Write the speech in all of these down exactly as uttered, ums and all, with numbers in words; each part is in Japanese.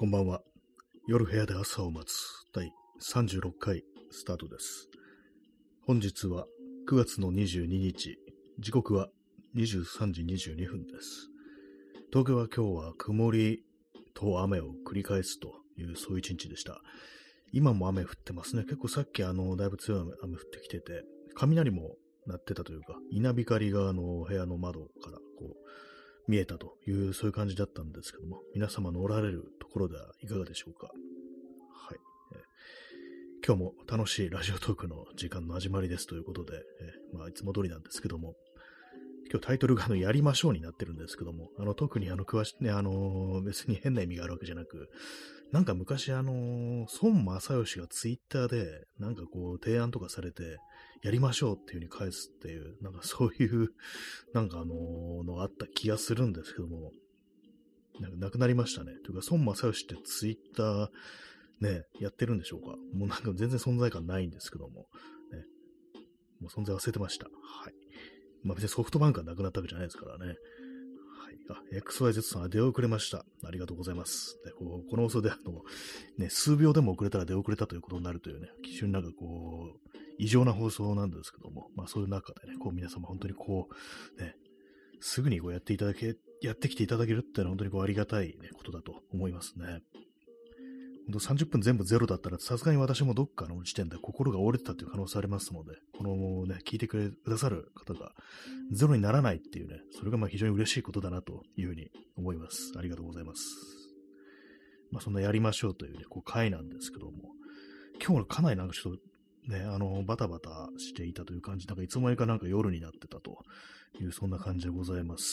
こんばんは。夜部屋で朝を待つ第さんじゅうろっかいスタートです。本日はくがつのにじゅうににち、時刻はにじゅうさんじにじゅうにふんです。東京は今日は曇りと雨を繰り返すというそういう一日でした。今も雨降ってますね。結構さっきあのだいぶ強い雨、雨降ってきてて、雷も鳴ってたというか、稲光があの部屋の窓からこう見えたという、そういう感じだったんですけども、皆様のおられるところではいかがでしょうか。はい。えー、今日も楽しいラジオトークの時間の始まりですということで、えー、まあ、いつも通りなんですけども、今日タイトルがあのやりましょうになってるんですけども、あの特にあの詳しね、あのー、別に変な意味があるわけじゃなく、なんか昔あのー、孫正義がツイッターでなんかこう提案とかされて、やりましょうっていう風に返すっていう、なんかそういう、なんかあのー、のがあった気がするんですけども、なんかなくなりましたね。というか、孫正義ってツイッターね、やってるんでしょうか。もうなんか全然存在感ないんですけども、ね、もう存在忘れてました。はい。まあ別にソフトバンクがなくなったわけじゃないですからね。はい。あ、エックスワイゼット さんは出遅れました。ありがとうございます。でこうこの放送であの、ね、数秒でも遅れたら出遅れたということになるというね、非常になんかこう、異常な放送なんですけども、まあそういう中でね、こう皆様本当にこう、ね、すぐにこうやっていただけ、やってきていただけるっていうのは本当にこうありがたい、ね、ことだと思いますね。本当さんじゅっぷん全部ゼロだったら、さすがに私もどっかの時点で心が折れてたという可能性ありますので、このね、聞いてくれくださる方がゼロにならないっていうね、それがまあ非常に嬉しいことだなというふうに思います。ありがとうございます。まあそんなやりましょうというね、こう回なんですけども、今日はかなりなんかちょっとね、あの、バタバタしていたという感じ、なんかいつの間にかなんか夜になってたという、そんな感じでございます。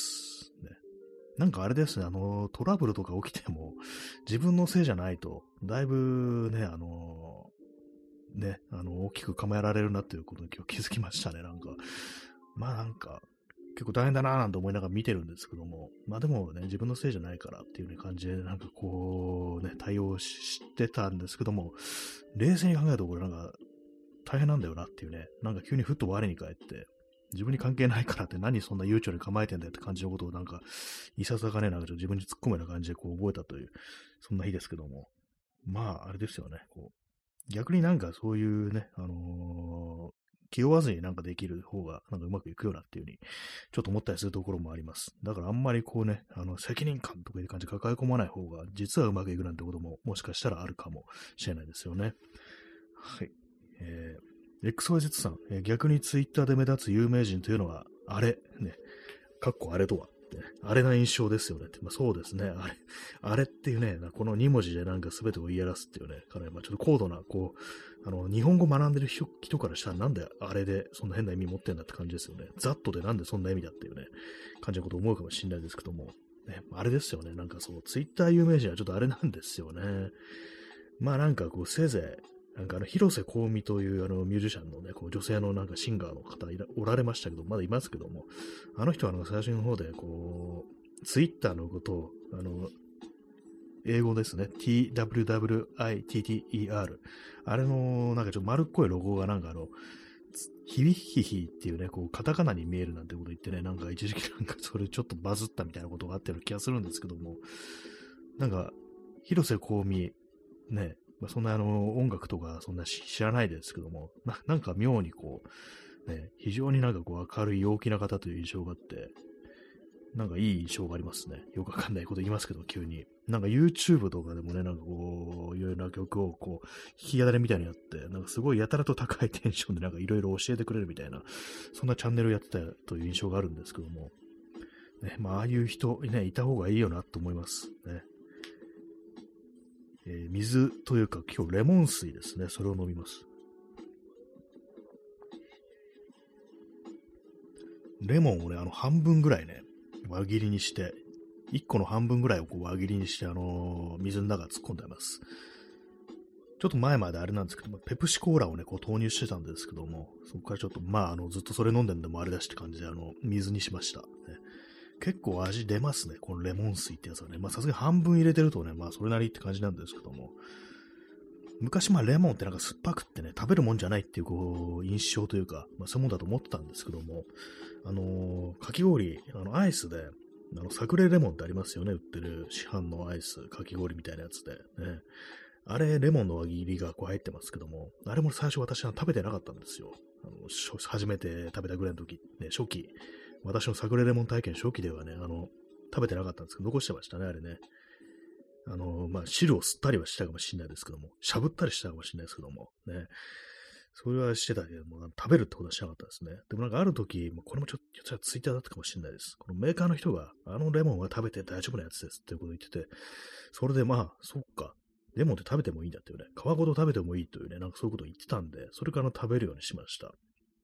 ね。なんかあれですね、あの、トラブルとか起きても、自分のせいじゃないと、だいぶね、あの、ね、あの、大きく構えられるなっていうことに今日気づきましたね、なんか。まあなんか、結構大変だなぁなんて思いながら見てるんですけども、まあでもね、自分のせいじゃないからっていう、ね、感じで、なんかこう、ね、対応してたんですけども、冷静に考えるとこれなんか、大変なんだよなっていうね、なんか急にふっと我に返って、自分に関係ないからって何そんな悠長に構えてんだよって感じのことをなんか、いささかね、なんかちょっと自分に突っ込むような感じでこう覚えたという、そんな日ですけども。まあ、あれですよね。こう逆になんかそういうね、あのー、気負わずになんかできる方がなんかうまくいくよなっていう風に、ちょっと思ったりするところもあります。だからあんまりこうね、あの、責任感とかいう感じで抱え込まない方が、実はうまくいくなんてことも、もしかしたらあるかもしれないですよね。はい。えー、エックスワイゼット さん、えー、逆にツイッターで目立つ有名人というのは、あれ、ね、かっこあれとは、ね、あれな印象ですよねって。まあ、そうですね。あれ、あれっていうね、このにもじでなんか全てを言い表すっていうね、かなりまあちょっと高度な、こう、あの、日本語学んでる人人からしたらなんであれでそんな変な意味持ってんだって感じですよね。ざっとでなんでそんな意味だっていうね、感じのことを思うかもしれないですけども、ね、あれですよね。なんかそう、ツイッター有名人はちょっとあれなんですよね。まあなんかこう、せいぜい、なんかあの、広瀬香美というあの、ミュージシャンのね、こう、女性のなんかシンガーの方いらおられましたけど、まだいますけども、あの人はあの、最初の方で、こう、ツイッターのことを、あの、英語ですね。ティーダブリューダブリューアイティーティーイーアール。あれの、なんかちょっと丸っこいロゴがなんかあの、ヒビヒヒっていうね、こう、カタカナに見えるなんてこと言ってね、なんか一時期なんかそれちょっとバズったみたいなことがあったような気がするんですけども、なんか、広瀬香美、ね、まあ、そんなあの音楽とかそんな知らないですけども、ななんか妙にこう、ね、非常になんかこう明るい陽気な方という印象があって、なんかいい印象がありますね。よくわかんないこと言いますけど、急に。なんか YouTube とかでもね、なんかこう、いろいろな曲をこう、弾き語りみたいにやって、なんかすごいやたらと高いテンションでなんかいろいろ教えてくれるみたいな、そんなチャンネルをやってたという印象があるんですけども、ね、まあ、ああいう人、ね、いた方がいいよなと思いますね。えー、水というか今日レモン水ですね。それを飲みます。レモンをね、あの半分ぐらいね、輪切りにして、いっこの半分ぐらいをこう輪切りにして、あのー、水の中突っ込んでます。ちょっと前まであれなんですけども、ペプシコーラをね、こう投入してたんですけども、そこからちょっと、まあ、あの、ずっとそれ飲んでんでもあれだしって感じで、あの、水にしました。ね、結構味出ますね、このレモン水ってやつはね。まあさすがに半分入れてるとね、まあそれなりって感じなんですけども、昔まあレモンってなんか酸っぱくってね、食べるもんじゃないっていうこう、印象というか、まあそういうもんだと思ってたんですけども、あのー、かき氷、あの、アイスで、 あの、サクレレモンってありますよね。売ってる市販のアイス、かき氷みたいなやつで。ね。あれ、レモンの輪切りがこう入ってますけども、あれも最初私は食べてなかったんですよ。あの、初めて食べたぐらいの時、ね、初期、私のサクレレモン体験初期ではね、あの、食べてなかったんですけど、残してましたね、あれね。あの、まあ、汁を吸ったりはしたかもしれないですけども、しゃぶったりしたかもしれないですけども、ね。それはしてたけども、食べるってことはしなかったですね。でもなんかある時、これもちょっとツイッターだったかもしれないです。このメーカーの人が、あのレモンは食べて大丈夫なやつですっていうことを言ってて、それでまあ、そっか。レモンって食べてもいいんだっていうね、皮ごと食べてもいいというね、なんかそういうことを言ってたんで、それから食べるようにしました。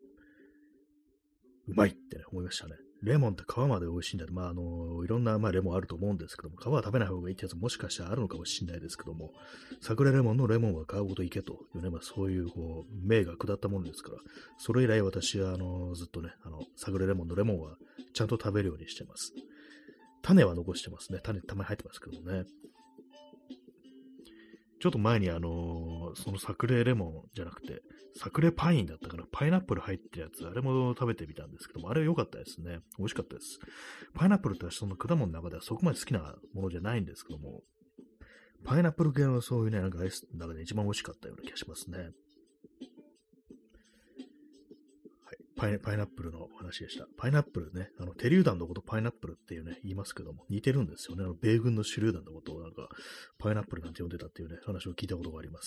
うまいってね、思いましたね。レモンって皮まで美味しいんだって、まあ、あの、いろんな、まあ、レモンあると思うんですけども、皮は食べない方がいいってやつもしかしたらあるのかもしれないですけども、サクレレモンのレモンは皮ごといけというね、まあ、そういう、こう、命が下ったものですから、それ以来私は、あの、ずっとね、あの、サクレレモンのレモンはちゃんと食べるようにしてます。種は残してますね。種たまに入ってますけどもね。ちょっと前にあのーそのサクレレモンじゃなくて、サクレパインだったかな、パイナップル入ってるやつ、あれも食べてみたんですけども、あれは良かったですね。美味しかったです。パイナップルってその果物の中ではそこまで好きなものじゃないんですけども、パイナップル系のそういうね、なんかアイスの中で一番美味しかったような気がしますね。パイパイナップルのお話でした。パイナップルね、あの、手榴弾のことパイナップルっていうね、言いますけども、似てるんですよね。あの、米軍の手榴弾のことをなんか、パイナップルなんて呼んでたっていうね、話を聞いたことがあります。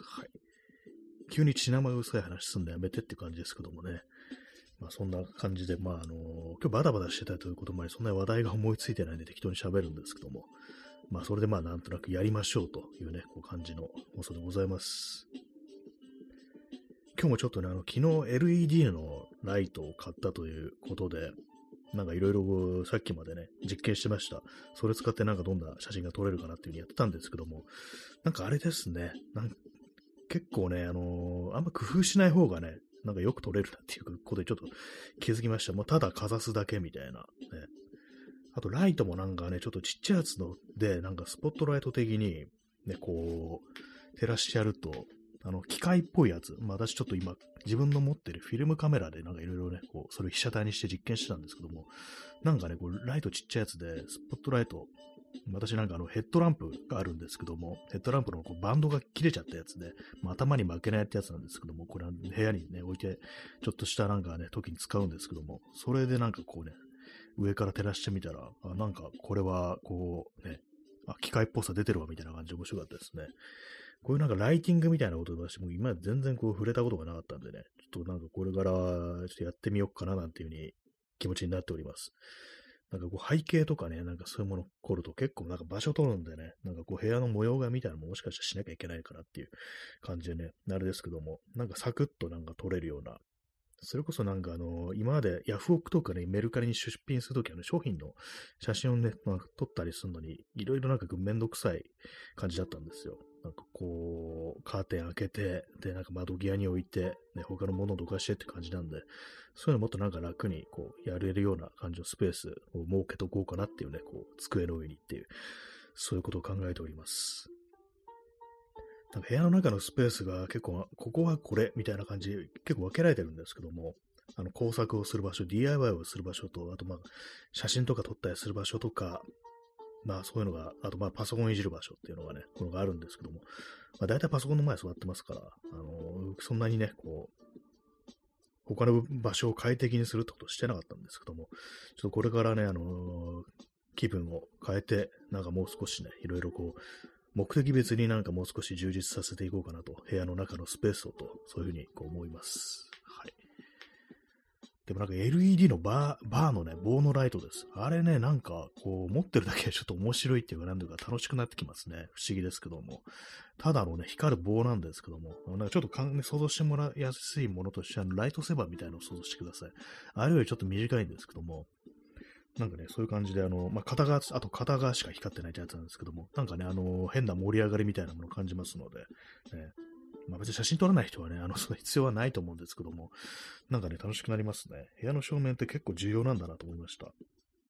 はい。急に血生臭い話すんのやめてって感じですけどもね。まあそんな感じで、まああの今日バタバタしてたということもあり、そんな話題が思いついてないんで適当に喋るんですけども、まあそれでまあなんとなくやりましょうというね、こう感じの放送でございます。今日もちょっとね、あの昨日 エルイーディー のライトを買ったということで、なんかいろいろさっきまでね、実験してました。それ使ってなんかどんな写真が撮れるかなっていう風にやってたんですけども、なんかあれですね、なん結構ね、あのー、あんま工夫しない方がね、なんかよく撮れるなっていうことでちょっと気づきました。もうただかざすだけみたいな。ね。あとライトもなんかね、ちょっとちっちゃいやつので、なんかスポットライト的に、ね、こう、照らしてやると、あの、機械っぽいやつ。まあ私ちょっと今、自分の持ってるフィルムカメラでなんかいろいろね、こう、それを被写体にして実験してたんですけども、なんかね、こう、ライトちっちゃいやつで、スポットライト、私なんかあのヘッドランプがあるんですけども、ヘッドランプのこうバンドが切れちゃったやつで、まあ、頭に負けないってやつなんですけども、これは部屋にね、置いて、ちょっとしたなんかね、時に使うんですけども、それでなんかこうね、上から照らしてみたら、あなんかこれはこうね、あ、機械っぽさ出てるわみたいな感じで面白かったですね。こういうなんかライティングみたいなことで私も今全然こう触れたことがなかったんでね、ちょっとなんかこれからちょっとやってみようかななんていう風に気持ちになっております。なんかこう背景とかね、なんかそういうもの凝ると結構なんか場所取るんでね、なんかこう部屋の模様画みたいなのももしかしたらしなきゃいけないかなっていう感じでね、あれですけども、なんかサクッとなんか撮れるような、それこそなんかあの、今までヤフオクとかね、メルカリに出品するときはね、商品の写真をね、まあ、撮ったりするのに、いろいろなんかめんどくさい感じだったんですよ。なんかこう、カーテン開けて、で、なんか窓際に置いて、ね、他のものをどかしてって感じなんで、そういうのもっとなんか楽にこう、やれるような感じのスペースを設けとこうかなっていうね、こう、机の上にっていう、そういうことを考えております。なんか部屋の中のスペースが結構、ここはこれみたいな感じで結構分けられてるんですけども、あの工作をする場所、ディーアイワイ をする場所と、あとまあ写真とか撮ったりする場所とか、まあそういうのが、あとまあパソコンいじる場所っていうのがね、このがあるんですけども、まあ大体パソコンの前座ってますから、あのーそんなにね、こう、他の場所を快適にするってことをしてなかったんですけども、ちょっとこれからね、あのー気分を変えて、なんかもう少しね、いろいろこう、目的別になんかもう少し充実させていこうかなと、部屋の中のスペースをと、そういうふうにこう思います。はい。でもなんか エルイーディー のバー、バーのね、棒のライトです。あれね、なんかこう持ってるだけでちょっと面白いっていうか、なんていうか楽しくなってきますね。不思議ですけども。ただのね、光る棒なんですけども、なんかちょっとかん想像してもらいやすいものとして、あのライトセーバーみたいなのを想像してください。あれよりちょっと短いんですけども、なんかね、そういう感じで、あの、まあ、片側、あと片側しか光ってないってやつなんですけども、なんかね、あの、変な盛り上がりみたいなものを感じますので、ね、まあ、別に写真撮らない人はね、あの、その必要はないと思うんですけども、なんかね、楽しくなりますね。部屋の照明って結構重要なんだなと思いました。はい。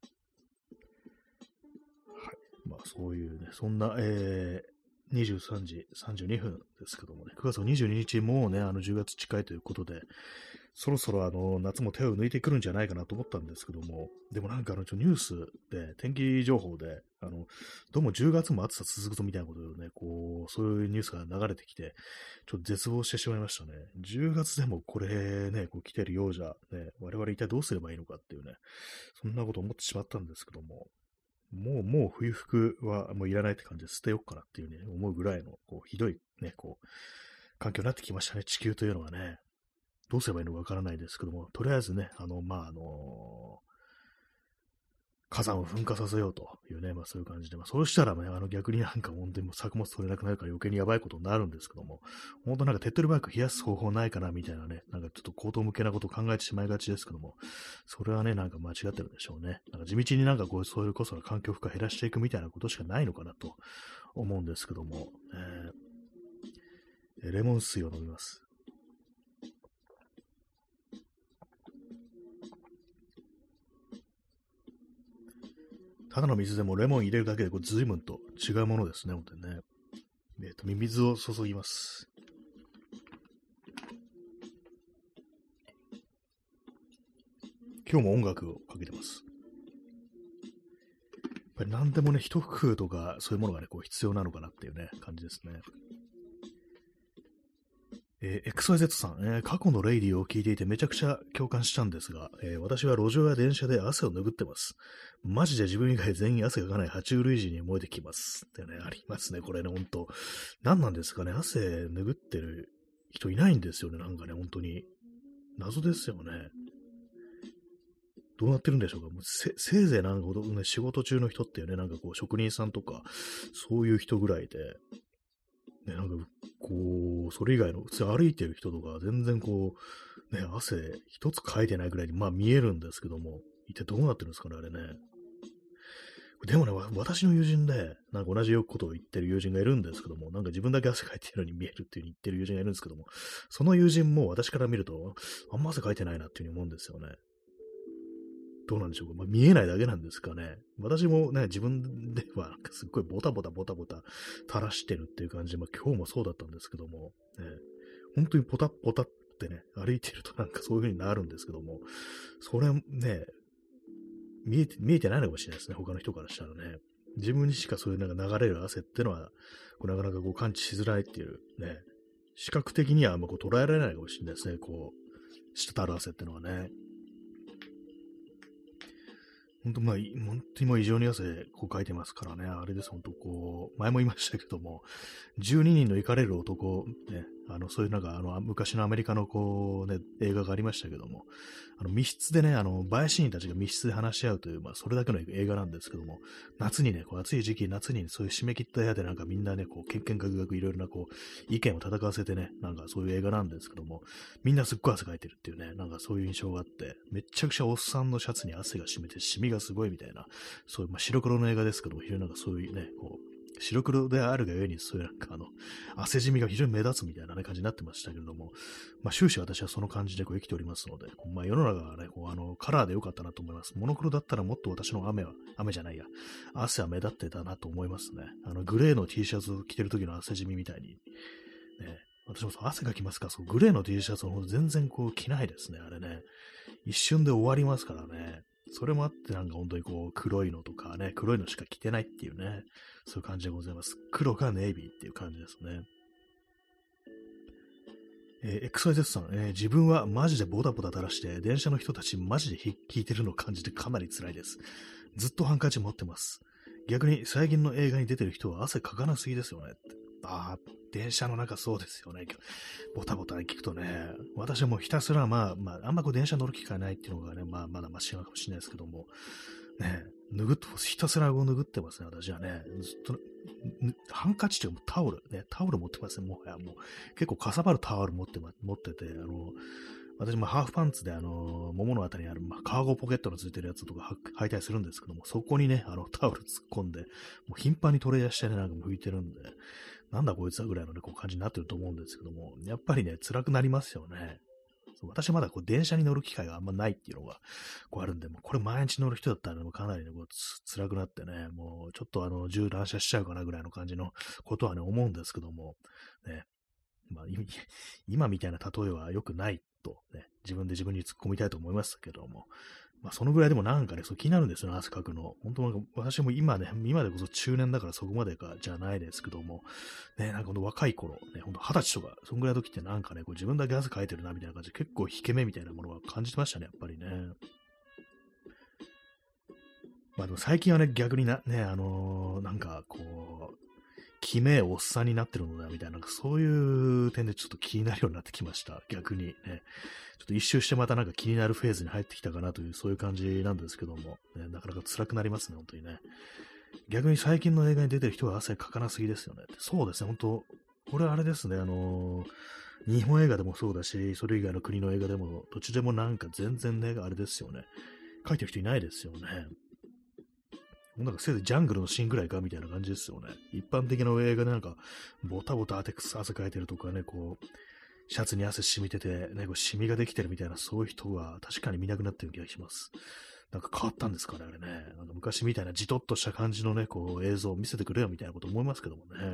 まあ、そういうね、そんな、えー、にじゅうさんじさんじゅうにふんですけどもね、くがつのにじゅうににちもうね、あのじゅうがつ近いということで、 そろそろあの、夏も手を抜いてくるんじゃないかなと思ったんですけども、でもなんかあの、ちょニュースで、天気情報で、あの、どうもじゅうがつも暑さ続くぞみたいなことをね、こう、そういうニュースが流れてきて、ちょっと絶望してしまいましたね。じゅうがつでもこれね、こう来てるようじゃ、ね、我々一体どうすればいいのかっていうね、そんなこと思ってしまったんですけども、もう、もう冬服はもういらないって感じで捨てようかなっていうね、思うぐらいの、こう、ひどいね、こう、環境になってきましたね、地球というのはね。どうすればいいのかわからないですけども、とりあえずね、あの、まあ、あの火山を噴火させようというね、まあそういう感じで、まあそうしたらね、あの逆になんか本当にもう作物取れなくなるから余計にやばいことになるんですけども、本当なんか手っ取り早く冷やす方法ないかなみたいなね、なんかちょっと口頭向けなことを考えてしまいがちですけども、それはね、なんか間違ってるんでしょうね。なんか地道になんかこう、それこそ環境負荷減らしていくみたいなことしかないのかなと思うんですけども、えー、レモン水を飲みます。ただの水でもレモン入れるだけでこう随分と違うものですね、本当にね。えっと、水を注ぎます。今日も音楽をかけてます。やっぱり何でもね、一工夫とかそういうものがね、こう必要なのかなっていうね、感じですね。えー、エックスワイゼット さん、えー、過去のレイディを聞いていてめちゃくちゃ共感したんですが、えー、私は路上や電車で汗を拭ってます。マジで自分以外全員汗がかかない爬虫類児に燃えてきます。ってね、ありますね、これね、ほんと。何なんですかね、汗拭ってる人いないんですよね、なんかね、本当に。謎ですよね。どうなってるんでしょうか。もうせ、せいぜいなんかほど、ね、仕事中の人っていうね、なんかこう、職人さんとか、そういう人ぐらいで、ね、なんか、こう、それ以外の、普通歩いてる人とか、全然こう、ね、汗一つかいてないぐらいに、まあ見えるんですけども、一体どうなってるんですかね、あれね。でもね、私の友人で、なんか同じことを言ってる友人がいるんですけども、なんか自分だけ汗かいてるように見えるっていう風に言ってる友人がいるんですけども、その友人も私から見ると、あんま汗かいてないなっていう風に思うんですよね。どうなんでしょうか。まあ、見えないだけなんですかね。私もね、自分ではなんかすっごいボタボタボタボタ垂らしてるっていう感じで、まあ今日もそうだったんですけども、ね、本当にポタポタってね、歩いてるとなんかそういう風になるんですけども、それね、見えて、見えてないのかもしれないですね。他の人からしたらね。自分にしかそういうなんか流れる汗っていうのは、こうなかなかこう感知しづらいっていうね、視覚的にはあんまこう捉えられないかもしれないですね。こう、滴る汗っていうのはね。本当まあ、本当にもう異常に汗こうかいてますからね。あれです、本当こう、前も言いましたけども、じゅうににんのイカれる男、ね、あの、そういうなんか、あの、昔のアメリカのこう、ね、映画がありましたけども、あの、密室でね、あの、バイシーンたちが密室で話し合うという、まあ、それだけの映画なんですけども、夏にね、こう、暑い時期、夏にそういう締め切った部屋でなんかみんなね、こう、けんけんがくがくいろいろなこう、意見を戦わせてね、なんかそういう映画なんですけども、みんなすっごい汗かいてるっていうね、なんかそういう印象があって、めっちゃくちゃおっさんのシャツに汗が染みて、シミがすごいみたいな、そういう、まあ、白黒の映画ですけども、非常になんかそういうね、こう、白黒であるがゆえに、そういうなんかあの、汗じみが非常に目立つみたいな、ね、感じになってましたけれども、まあ終始私はその感じでこう生きておりますので、まあ世の中はね、こうあの、カラーで良かったなと思います。モノクロだったらもっと私の雨は、雨じゃないや、汗は目立ってたなと思いますね。あの、グレーの T シャツを着てる時の汗じみみたいに、ね、私もそう汗かきますから、そうグレーの T シャツを全然こう着ないですね、あれね。一瞬で終わりますからね。それもあってなんか本当にこう黒いのとかね、黒いのしか着てないっていうね、そういう感じでございます。黒かネイビーっていう感じですね。えー、エックスワイゼット さん、えー、自分はマジでボタボタ垂らして、電車の人たちマジで引いてるのを感じてかなり辛いです。ずっとハンカチ持ってます。逆に最近の映画に出てる人は汗かかなすぎですよねって。ああ、電車の中そうですよね。ボタボタ聞くとね、私はもうひたすらまあ、まあ、あんまこう電車乗る機会ないっていうのがね、まあ、まだマシなのかもしれないですけども、ね、拭って、ひたすら顎拭ってますね、私はね。ずっと、ハンカチというかタオル、ね、タオル持ってますね、もはやもう。結構かさばるタオル持ってま、持ってて、あの、私もハーフパンツで、あの、もものあたりにある、まあ、カーゴポケットのついてるやつとか履いたりするんですけども、そこにね、あの、タオル突っ込んで、もう頻繁にトレーヤーしてね、なんかもう拭いてるんで、なんだこいつはぐらいのね、こう感じになってると思うんですけども、やっぱりね、辛くなりますよね。私まだこう電車に乗る機会があんまないっていうのがこうあるんで、もうこれ毎日乗る人だったら、ね、かなりね、こうつ辛くなってね、もうちょっとあの、銃乱射しちゃうかなぐらいの感じのことはね、思うんですけども、ね、まあ、今みたいな例えは良くないとね、自分で自分に突っ込みたいと思いましたけども、まあそのぐらいでもなんかね、そう気になるんですよね、汗かくの。本当なんか私も今ね、今でこそ中年だからそこまでかじゃないですけども、ね、なんかこの若い頃、ね、ほんと二十歳とか、そんぐらいの時ってなんかね、こう自分だけ汗かいてるなみたいな感じで結構引け目みたいなものは感じてましたね、やっぱりね。まあでも最近はね、逆にな、ね、あのーなんかこう、きめえおっさんになってるのだみたいな、なんかそういう点でちょっと気になるようになってきました。逆にね。ちょっと一周してまたなんか気になるフェーズに入ってきたかなという、そういう感じなんですけども、ね、なかなか辛くなりますね、本当にね。逆に最近の映画に出てる人は汗かかなすぎですよね。そうですね、本当これはあれですね、あのー日本映画でもそうだし、それ以外の国の映画でも、どっちでもなんか全然ね、あれですよね。書いてる人いないですよね。なんかせいぜいジャングルのシーンぐらいかみたいな感じですよね。一般的な映画でなんか、ボタボタ汗汗かいてるとかね、こう、シャツに汗染みてて、ね、こうシミができてるみたいな、そういう人は確かに見なくなってる気がします。なんか変わったんですかね、あれね。なんか昔みたいなじとっとした感じのね、こう映像を見せてくれよみたいなこと思いますけどもね。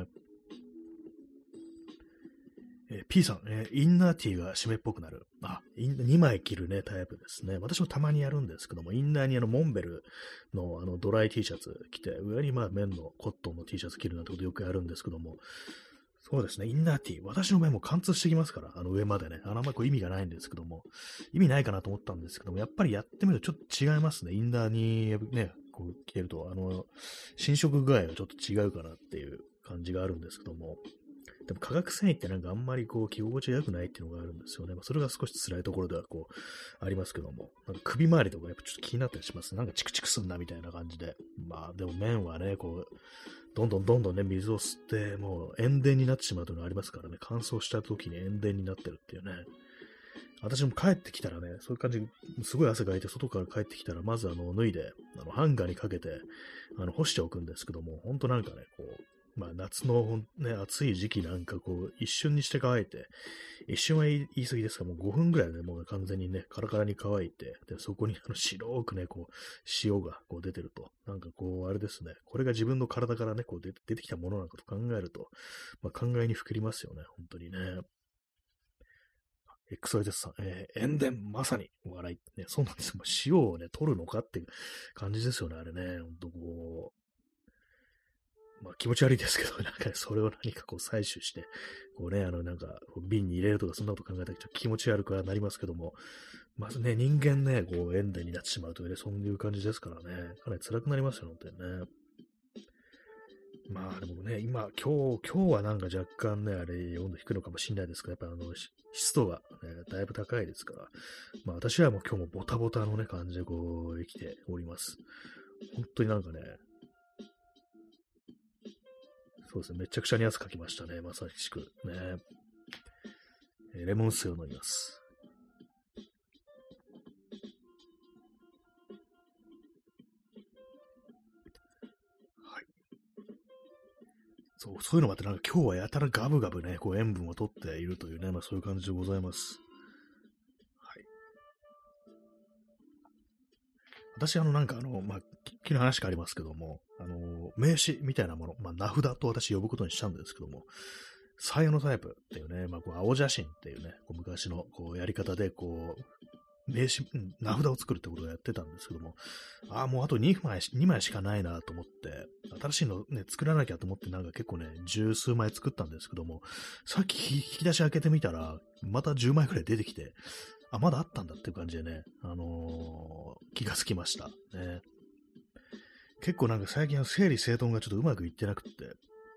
えー P さん、えーインナーティーが締めっぽくなる。あ、インにまい着るね、タイプですね。私もたまにやるんですけども、インナーにあの、モンベルのあの、ドライ T シャツ着て、上にまあ、綿のコットンの T シャツ着るなんてことよくやるんですけども、そうですね、インナーティー。私の目も貫通してきますから、あの上までね。あのあんまりこう意味がないんですけども、意味ないかなと思ったんですけども、やっぱりやってみるとちょっと違いますね。インナーにね、こう着てると、あの、侵食具合がちょっと違うかなっていう感じがあるんですけども、でも化学繊維ってなんかあんまりこう着心地が良くないっていうのがあるんですよね。まあ、それが少し辛いところではこうありますけども、なんか首周りとかやっぱちょっと気になったりします。なんかチクチクすんなみたいな感じで。まあでも麺はね、こう、どんどんどんどんね、水を吸って、もう塩田になってしまうというのがありますからね、乾燥した時に塩田になってるっていうね。私も帰ってきたらね、そういう感じ、すごい汗かいて、外から帰ってきたら、まずあの、脱いで、あの、ハンガーにかけて、あの、干しておくんですけども、ほんとなんかね、こう、まあ、夏のね、暑い時期なんかこう、一瞬にして乾いて、一瞬は言い過ぎですが、もうごふんぐらいでもう完全にね、カラカラに乾いて、で、そこにあの白くね、こう、塩がこう出てると。なんかこう、あれですね、これが自分の体からね、こう出て出てきたものなのかと考えると、まあ、考えにふけりますよね、本当にね。エックスワイゼット さん、えー、塩田、まさに、笑い。ね、そうなんですよ。塩をね、取るのかっていう感じですよね、あれね。ほんとこう、まあ気持ち悪いですけど、なんかそれを何かこう採取して、こうね、あのなんか瓶に入れるとかそんなこと考えたらちょっと気持ち悪くはなりますけども、まずね、人間ね、こう塩田になってしまうというね、そういう感じですからね、かなり辛くなりますよ、本当にね。まあでもね、今、今日、今日はなんか若干ね、あれ、温度低いのかもしれないですけど、やっぱあの、し湿度がね、だいぶ高いですから、まあ私はもう今日もボタボタのね、感じでこう、生きております。本当になんかね、そうですね、めちゃくちゃに汗かきましたね、まさしく。ね。えーレモン水を飲みます。はい。そう、そういうのもあって、なんか今日はやたらガブガブね、こう塩分を取っているというね、まあそういう感じでございます。はい。私、あの、なんかあの、まあ、き昨日話がありますけども、あの、名刺みたいなもの、まあ、名札と私呼ぶことにしたんですけども、採用のタイプっていうね、まあ、こう青写真っていうね、こう昔のこうやり方で、こう、名刺、うん名札を作るってことをやってたんですけども、ああ、もうあとにまいし、にまいしかないなと思って、新しいのね、作らなきゃと思ってなんか結構ね、十数枚作ったんですけども、さっき引き出し開けてみたら、またじゅうまいくらい出てきて、あ、まだあったんだっていう感じでね、あのー気がつきました。ね。結構なんか最近は整理整頓がちょっとうまくいってなくって、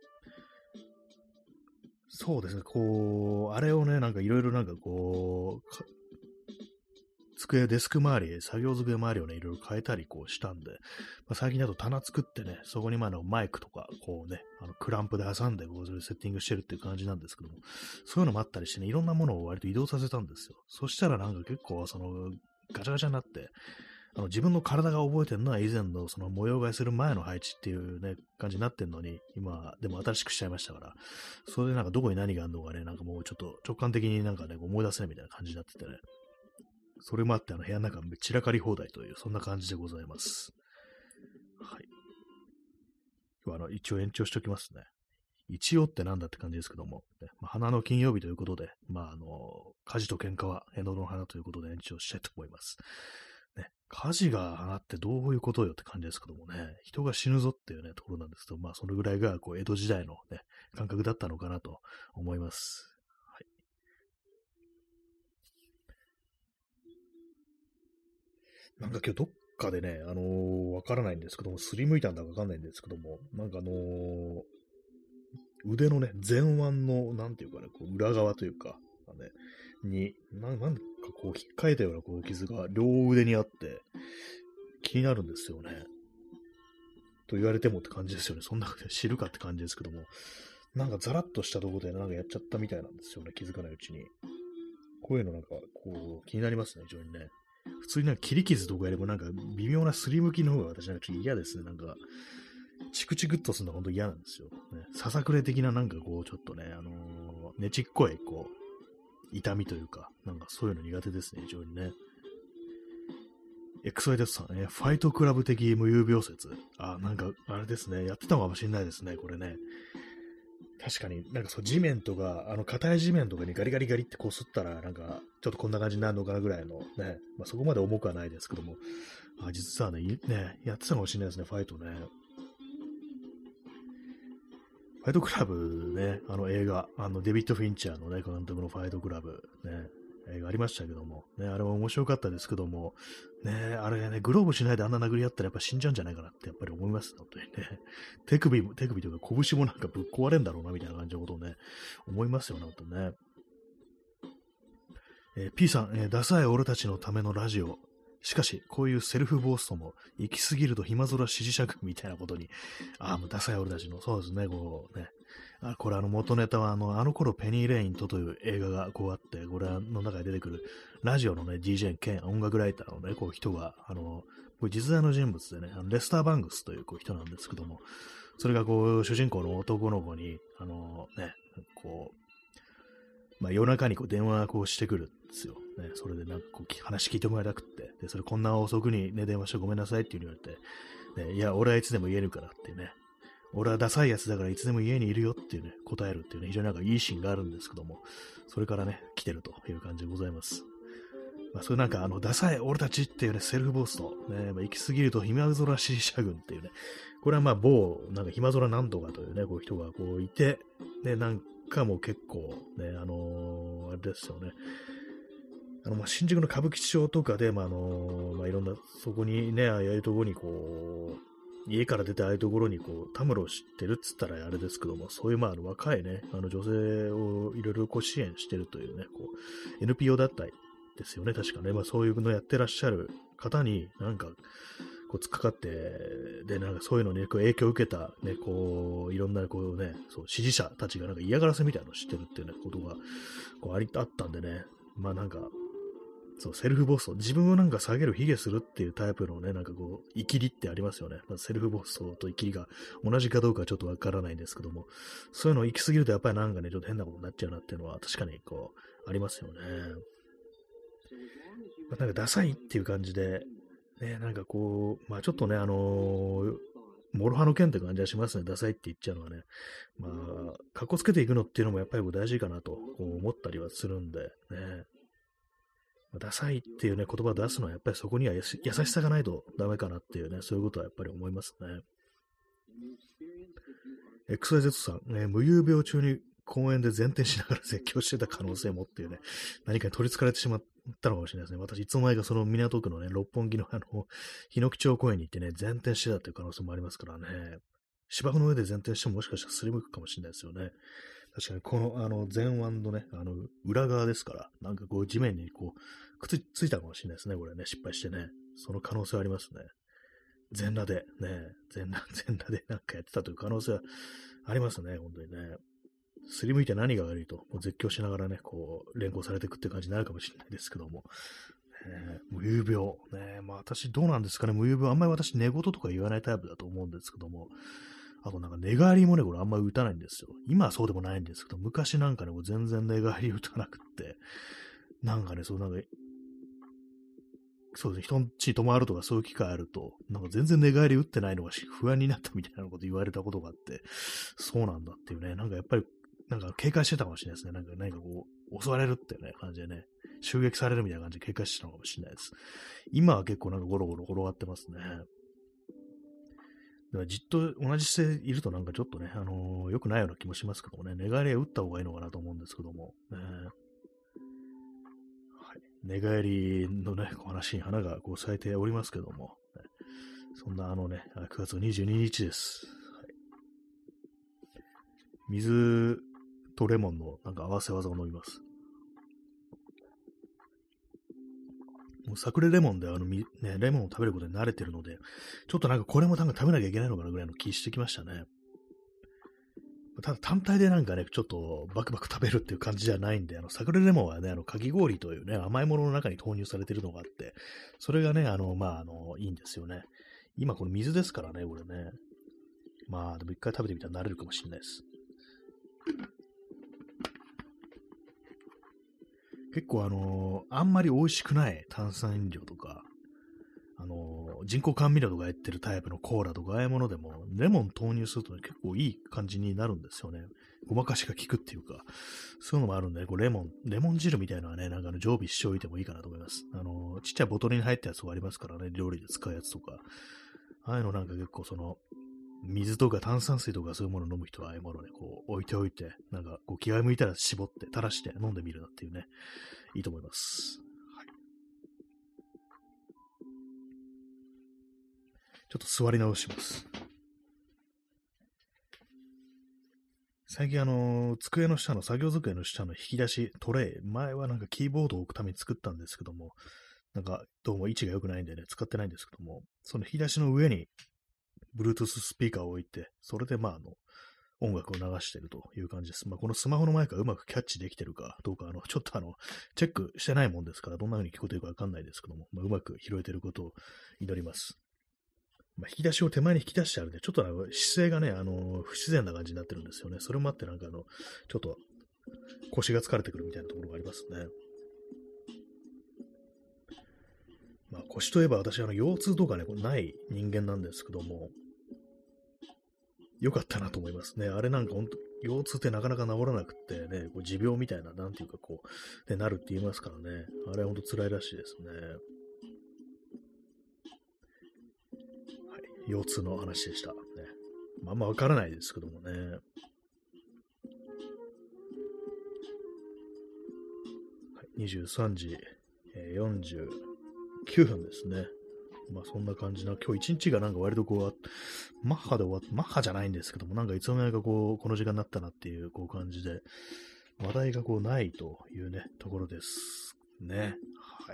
そうですね、こう、あれをね、なんかいろいろなんかこう、か机、デスク周り、作業机周りをね、いろいろ変えたりこうしたんで、まあ、最近だと棚作ってね、そこにまああのマイクとか、こうね、あのクランプで挟んでこうそれセッティングしてるっていう感じなんですけども、そういうのもあったりしてね、いろんなものを割と移動させたんですよ。そしたらなんか結構その、ガチャガチャになって、あの自分の体が覚えてるのは以前のその模様替えする前の配置っていうね、感じになってんのに、今、でも新しくしちゃいましたから、それでなんかどこに何があるのかね、なんかもうちょっと直感的になんかね、思い出せないみたいな感じになっててね、それもあってあの部屋の中散らかり放題という、そんな感じでございます。はい。今日はあの一応延長しておきますね。 一応ってなんだって感じですけども、ね、まあ、花の金曜日ということで、まあ、あの、火事と喧嘩は江戸の花ということで延長したいと思います。ね、火事が花ってどういうことよって感じですけどもね、人が死ぬぞっていうね、ところなんですけど、まあ、そのぐらいが、こう、江戸時代のね、感覚だったのかなと思います。はい。なんか今日どっかでね、あのーわからないんですけども、すりむいたんだかわかんないんですけども、なんかあのー腕のね、前腕の、なんていうかね、こう裏側というか、ね、に、ななんかこう、引っかいたようなこう傷が両腕にあって、気になるんですよね。と言われてもって感じですよね。そんなこと知るかって感じですけども、なんかザラッとしたところでなんかやっちゃったみたいなんですよね。気づかないうちに。こういうのなんか、こう、気になりますね、非常にね。普通になんか切り傷とかやればなんか微妙なすりむきの方が私なんかちょっと嫌ですね。なんか、チクチクっとするのが本当嫌なんですよ。ね、ささくれ的ななんかこう、ちょっとね、あのー、ねちっこい、こう、痛みというか、なんかそういうの苦手ですね、非常にね。エクソエデスさんね、ファイトクラブ的無遊病説。あ、なんか、あれですね、やってたのかもしれないですね、これね。確かになんかそう地面とか、あの硬い地面とかにガリガリガリってこすったら、なんかちょっとこんな感じになるのかなぐらいのね、まあ、そこまで重くはないですけども、あ、実はね、ね、やってたかもしれないですね、ファイトね。ファイトクラブね、あの映画、あのデビッド・フィンチャーのね、監督のファイトクラブね、映画ありましたけども、ね、あれも面白かったですけども、ね、あれね、グローブしないであんな殴り合ったらやっぱ死んじゃうんじゃないかなってやっぱり思います、本当にね。手首も、手首というか拳もなんかぶっ壊れんだろうなみたいな感じのことをね、思いますよね、本当ね。えー、P さん、えー、ダサい俺たちのためのラジオ。しかし、こういうセルフボーストも行き過ぎると暇空支持者みたいなことに、ああ、もうダサい俺たちの、そうですね、こうね。あ、これあの元ネタはあの、あの頃ペニー・レインとという映画がこうあって、これの中に出てくるラジオのね、ディージェー 兼音楽ライターのね、こう人が、あの、これ実在の人物でね、あのレスター・バングスというこう人なんですけども、それがこう、主人公の男の子に、あのね、こう、まあ、夜中にこう電話こうしてくるんですよ。ね、それでなんかこう話聞いてもらいたくって、で、それこんな遅くにね、電話してごめんなさいって言われて、ね、いや、俺はいつでも言えるからっていうね、俺はダサいやつだからいつでも家にいるよっていうね、答えるっていうね、非常になんかいいシーンがあるんですけども、それからね、来てるという感じでございます。まあ、それなんかあの、ダサい俺たちっていうね、セルフボスト、ね、まあ、行き過ぎると暇空支持者軍っていうね、これはまあ某、なんか暇空なんとかというね、こう人がこういて、ね、なんかもう結構ね、あのー、あれですよね、あの、まあ、新宿の歌舞伎町とかで、まあ、あのー、まあ、いろんな、そこにね、ああいうところにこう、家から出てああいうところにこう、たむろしてるっつったらあれですけども、そういうまあ、あの若いね、あの女性をいろいろこう支援してるというね、こう、エヌピーオー だったりですよね、確かね。まあ、そういうのやってらっしゃる方に、なんか、こう、突っかかって、で、なんかそういうのに、こう影響を受けた、ね、こう、いろんな、こうね、そう、支持者たちがなんか嫌がらせみたいなのをしてるっていうね、ことが、こう、あり、あったんでね、まあなんか、そう、セルフボスト。自分をなんか下げる、卑下するっていうタイプのね、なんかこう、イキリってありますよね。まあ、セルフボストとイキリが同じかどうかはちょっとわからないんですけども、そういうの行き過ぎるとやっぱりなんかね、ちょっと変なことになっちゃうなっていうのは確かにこう、ありますよね。まあ、なんかダサいっていう感じで、ね、なんかこう、まあちょっとね、あのー、モロハの剣って感じはしますね。ダサいって言っちゃうのはね。まあ、かっこつけていくのっていうのもやっぱり大事かなとこう思ったりはするんで、ね。ダサいっていうね、言葉を出すのはやっぱりそこには優しさがないとダメかなっていうね、そういうことはやっぱり思いますね。エックスワイゼット さん、ね、無遊病中に公園で前転しながら絶叫してた可能性もっていうね、何かに取り憑かれてしまったのかもしれないですね。私、いつの間にかその港区のね、六本木のあの、日野木町公園に行ってね、前転してたっていう可能性もありますからね。芝生の上で前転してももしかしたらすりむくかもしれないですよね。確かにこの、あの、前腕のね、あの、裏側ですから、なんかこう地面にこう、くっついたかもしれないですね、これね、失敗してね。その可能性はありますね。全裸で、ね、全裸、全裸でなんかやってたという可能性はありますね、本当にね。すりむいて何が悪いと、もう絶叫しながらね、こう、連行されていくっていう感じになるかもしれないですけども。ね、無遊病。ね、まあ私どうなんですかね、無遊病。あんまり私寝言とか言わないタイプだと思うんですけども、あとなんか寝返りもね、これあんまり打たないんですよ。今はそうでもないんですけど、昔なんかね、もう全然寝返り打たなくって、なんかね、そうなんか、 そうですね、人ん家に泊まるとかそういう機会あると、なんか全然寝返り打ってないのが不安になったみたいなこと言われたことがあって、そうなんだっていうね、なんかやっぱり、なんか警戒してたかもしれないですね。なんか何かこう、襲われるっていうね、感じでね、襲撃されるみたいな感じで警戒してたのかもしれないです。今は結構なんかゴロゴロ転がってますね。だからじっと同じ姿勢いるとなんかちょっとね、あのー、良くないような気もしますけどもね、寝返りは打った方がいいのかなと思うんですけども、ね、寝返りのね、お話に花がこう咲いておりますけども、ね、そんなあのね、くがつにじゅうににちです。はい、水とレモンのなんか合わせ技を飲みます。もうサクレレモンであの、ね、レモンを食べることに慣れてるので、ちょっとなんかこれもなんか食べなきゃいけないのかなぐらいの気してきましたね。ただ単体でなんかね、ちょっとバクバク食べるっていう感じじゃないんで、あの、サクレレモンはね、あの、かき氷というね、甘いものの中に投入されてるのがあって、それがね、あの、まあ、あの、いいんですよね。今これ水ですからね、これね。まあ、でも一回食べてみたら慣れるかもしれないです。結構あのあんまり美味しくない炭酸飲料とか、あの人工甘味料とかやってるタイプのコーラとかああいうものでも、レモン投入すると、ね、結構いい感じになるんですよね。ごまかしが効くっていうか、そういうのもあるんで、こうレモン、レモン汁みたいなのはね、なんかあの常備しておいてもいいかなと思います。あのちっちゃいボトルに入ったやつがありますからね、料理で使うやつとか。ああいうのなんか結構その、水とか炭酸水とかそういうものを飲む人はああいうものをね、こう置いておいて、なんかこう気が向いたら絞って、垂らして飲んでみるなっていうね、いいと思います。はい、ちょっと座り直します。最近あの、机の下の、作業机の下の引き出し、トレイ、前はなんかキーボードを置くために作ったんですけども、なんかどうも位置が良くないんでね、使ってないんですけども、その引き出しの上に Bluetooth スピーカーを置いて、それでまああの、音楽を流しているという感じです。まあ、このスマホのマイクがうまくキャッチできてるかどうか、あの、ちょっとあの、チェックしてないもんですから、どんな風に聞こえてるかわかんないですけども、まあ、うまく拾えてることを祈ります。まあ、引き出しを手前に引き出してあるんで、ちょっとあの姿勢がね、あの、不自然な感じになってるんですよね。それもあってなんかあの、ちょっと腰が疲れてくるみたいなところがありますね。まあ、腰といえば私、あの、腰痛とかね、これない人間なんですけども、良かったなと思いますね。あれなんか本当、腰痛ってなかなか治らなくってね、こう持病みたいな、なんていうかこう、でなるって言いますからね。あれは本当辛いらしいですね。はい。腰痛の話でした。ね。まあ、あんまわからないですけどもね。はい、にじゅうさんじよんじゅうきゅうふんですね。まあそんな感じな、今日一日がなんか割とこう、マッハで終わっ、マッハじゃないんですけども、なんかいつの間にかこう、この時間になったなっていうこう感じで、話題がこうないというね、ところですね。はい。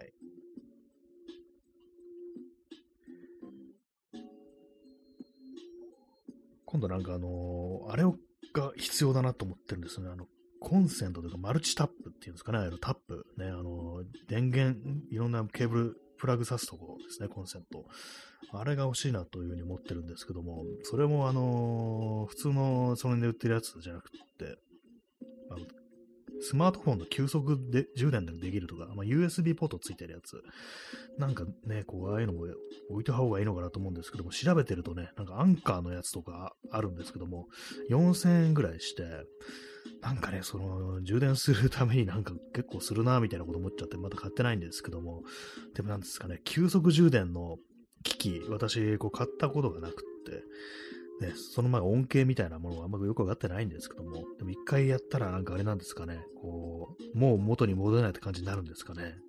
今度なんかあのーあれをが必要だなと思ってるんですよね。あの、コンセントというかマルチタップっていうんですかね、あのタップ。ね、あのー電源、いろんなケーブル、プラグ挿すところですね、コンセント。あれが欲しいなというふうに思ってるんですけども、それもあのー普通のそれで売ってるやつじゃなくて、あのスマートフォンの急速で充電でできるとか、まあ、ユーエスビー ポートついてるやつ。なんかね、こう、ああいうのも置いた方がいいのかなと思うんですけども、調べてるとね、なんかアンカーのやつとかあるんですけども、よんせんえんぐらいして、なんかね、その、充電するためになんか結構するな、みたいなこと思っちゃって、まだ買ってないんですけども、でもなんですかね、急速充電の機器、私、こう、買ったことがなくって、ね、その前恩恵みたいなものはあんまよくわかってないんですけども、でも一回やったらなんかあれなんですかね、こう、もう元に戻れないって感じになるんですかね。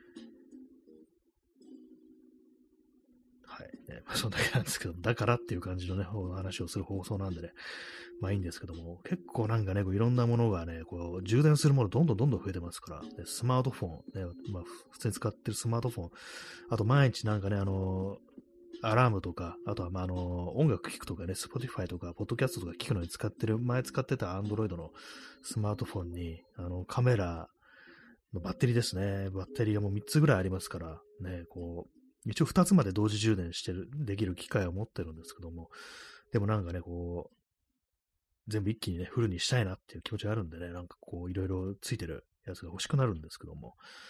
はい。ね、まあ、そんだけなんですけど、だからっていう感じのね、話をする放送なんでね、まあいいんですけども、結構なんかね、こういろんなものがね、こう、充電するものどんどんどんどん増えてますから、ね、スマートフォン、ね、まあ普通に使ってるスマートフォン、あと毎日なんかね、あのアラームとか、あとは、まあ、あの、音楽聴くとかね、Spotify とか、ポッドキャストとか聞くのに使ってる、前使ってた Android のスマートフォンに、あの、カメラのバッテリーですね。バッテリーがもうみっつぐらいありますから、ね、こう、一応ふたつまで同時充電してる、できる機械を持ってるんですけども、でもなんかね、こう、全部一気にね、フルにしたいなっていう気持ちがあるんでね、なんかこう、いろいろついてるやつが欲しくなるんですけども、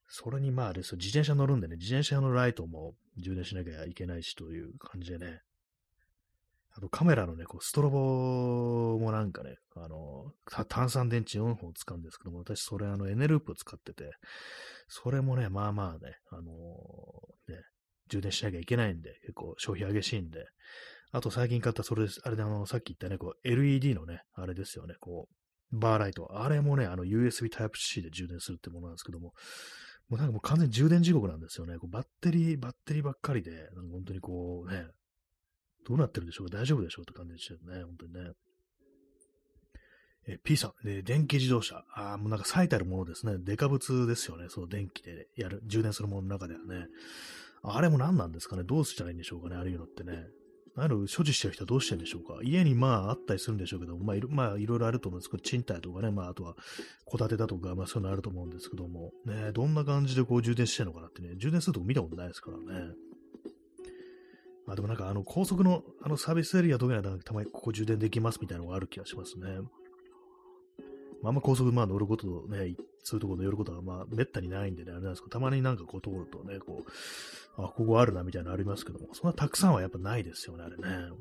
それにまあですよ、自転車乗るんでね、自転車のライトも充電しなきゃいけないしという感じでね、あとカメラのね、こうストロボもなんかね、あの、単三電池よんほん使うんですけども、私それあのエネループを使ってて、それもね、まあまあね、あのーね、充電しなきゃいけないんで、結構消費激しいんで、あと最近買ったそれです、あれであの、さっき言ったね、こう エルイーディー のね、あれですよね、こう、バーライト。あれもね、あの ユーエスビー Type-C で充電するってものなんですけども、もうなんかもう完全に充電地獄なんですよね。こうバッテリー、バッテリーばっかりで、なんか本当にこうね、どうなってるでしょうか、大丈夫でしょうって感じですよね、本当にね。え P さん、え電気自動車。ああ、もうなんか最たるものですね。デカブツですよね。そう、電気でやる、充電するものの中ではね。あれも何なんですかね。どうしたらいいんでしょうかね。ああいうのってね。ああいうの所持してる人はどうしてるんでしょうか。家にまああったりするんでしょうけど、まあいろ、まあ、いろいろあると思うんですけど、賃貸とかね、まああとは戸建てだとか、まあそういうのあると思うんですけども、ね、どんな感じでこう充電してるのかなってね、充電するとこ見たことないですからね。まあでもなんかあの高速のあのサービスエリアとかにはたまにここ充電できますみたいなのがある気がしますね。まあ、あんま高速まあ乗ることとね、そういうところで寄ることはまあめったにないんでね、あれなんですけど、たまになんかこう通るとね、こう、あ、ここあるなみたいなのありますけども、そんなたくさんはやっぱないですよね、あれね。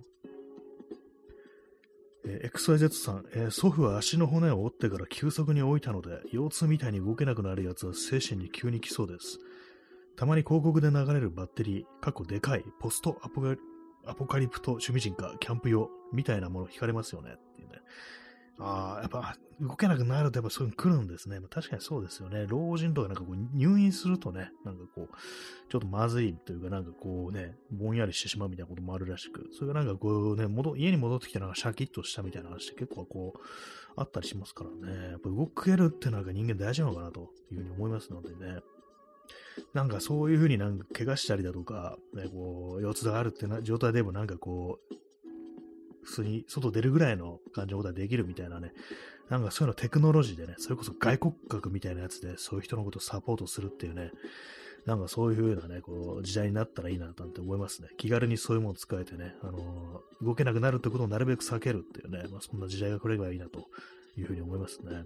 えー、エックスワイゼット さん、えー祖父は足の骨を折ってから急速に置いたので、腰痛みたいに動けなくなるやつは精神に急に来そうです。たまに広告で流れるバッテリー、過去でかい、ポストアポカアポカリプト趣味人か、キャンプ用みたいなもの惹かれますよねっていうね。ああ、やっぱ動けなくなるとやっぱそういうの来るんですね。まあ、確かにそうですよね。老人とかなんかこう入院するとね、なんかこう、ちょっとまずいというかなんかこうね、ぼんやりしてしまうみたいなこともあるらしく、それがなんかこうね、戻家に戻ってきたらシャキッとしたみたいな話って結構こう、あったりしますからね。やっぱ動けるってなんか人間大事なのかなというふうに思いますのでね。なんかそういうふうになんか怪我したりだとか、ね、こう、腰痛があるってな状態でもなんかこう、普通に外出るぐらいの感じのことができるみたいなね、なんかそういうのテクノロジーでね、それこそ外骨格みたいなやつで、そういう人のことをサポートするっていうね、なんかそういう風なね、こう、時代になったらいいな、なんて思いますね。気軽にそういうものを使えてね、あのー動けなくなるってことをなるべく避けるっていうね、まあそんな時代が来ればいいなというふうに思いますね。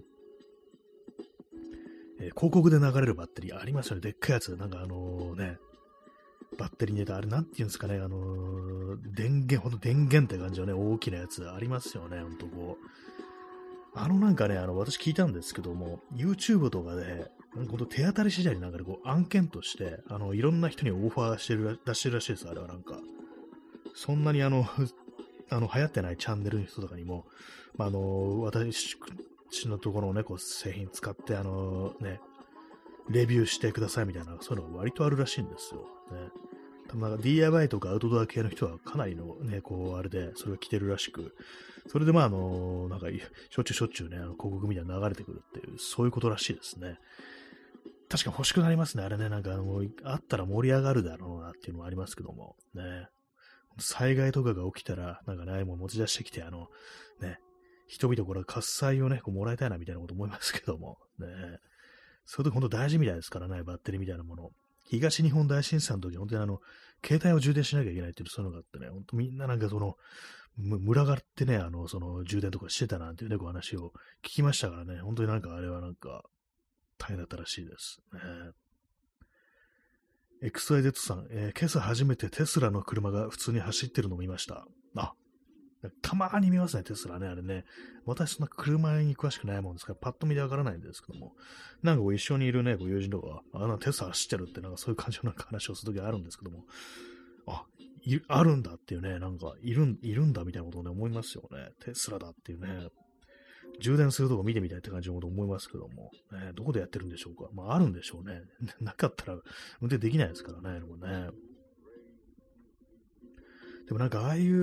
えー広告で流れるバッテリーありますよね。でっかいやつ。なんかあのね、バッテリーネタ、あれなんていうんですかね、あのー電源、ほんと電源って感じのね、大きなやつありますよね、ほんとこう。あのなんかね、あの、私聞いたんですけども、YouTube とかで、なんかほんと手当たり次第になんかでこう案件として、あの、いろんな人にオファーしてるら、出してるらしいです、あれはなんか。そんなにあの、あの、流行ってないチャンネルの人とかにも、まあ、あの、私のところのね、こう、製品使って、あの、ね、レビューしてくださいみたいな、そういうのが割とあるらしいんですよ。ね。多分なんか ディーアイワイ とかアウトドア系の人はかなりのね、こう、あれで、それが来てるらしく、それでまあ、あの、なんか、しょっちゅうしょっちゅうね、あの広告みたいなの流れてくるっていう、そういうことらしいですね。確かに欲しくなりますね、あれね、なんかあの、あったら盛り上がるだろうなっていうのもありますけども、ね。災害とかが起きたら、なんかね、ああいうもの持ち出してきて、あの、ね、人々これ喝采をね、こうもらいたいなみたいなこと思いますけども、ね。そういう時本当大事みたいですからね、バッテリーみたいなもの。東日本大震災の時、本当にあの、携帯を充電しなきゃいけないっていう、そういうのがあってね、本当みんななんかその、む群がってね、あの、その充電とかしてたなんていうね、こう話を聞きましたからね、本当になんかあれはなんか大変だったらしいです。ね、エックスワイゼット さん、えー今朝初めてテスラの車が普通に走ってるのを見ました。あ、たまに見ますね、テスラね、あれね。私そんな車に詳しくないもんですから、パッと見でわからないんですけども、なんかこう一緒にいるね、こう友人とか、あのテスラ走ってるって、なんかそういう感じのなんか話をするときあるんですけども、あ、いあるんだっていうね、なんかいるん、いるんだみたいなことをね、思いますよね。テスラだっていうね。充電するとこ見てみたいって感じのこと思いますけども、ね、どこでやってるんでしょうか。まあ、あるんでしょうね。なかったら運転できないですからね、もうね。でもなんかああいう、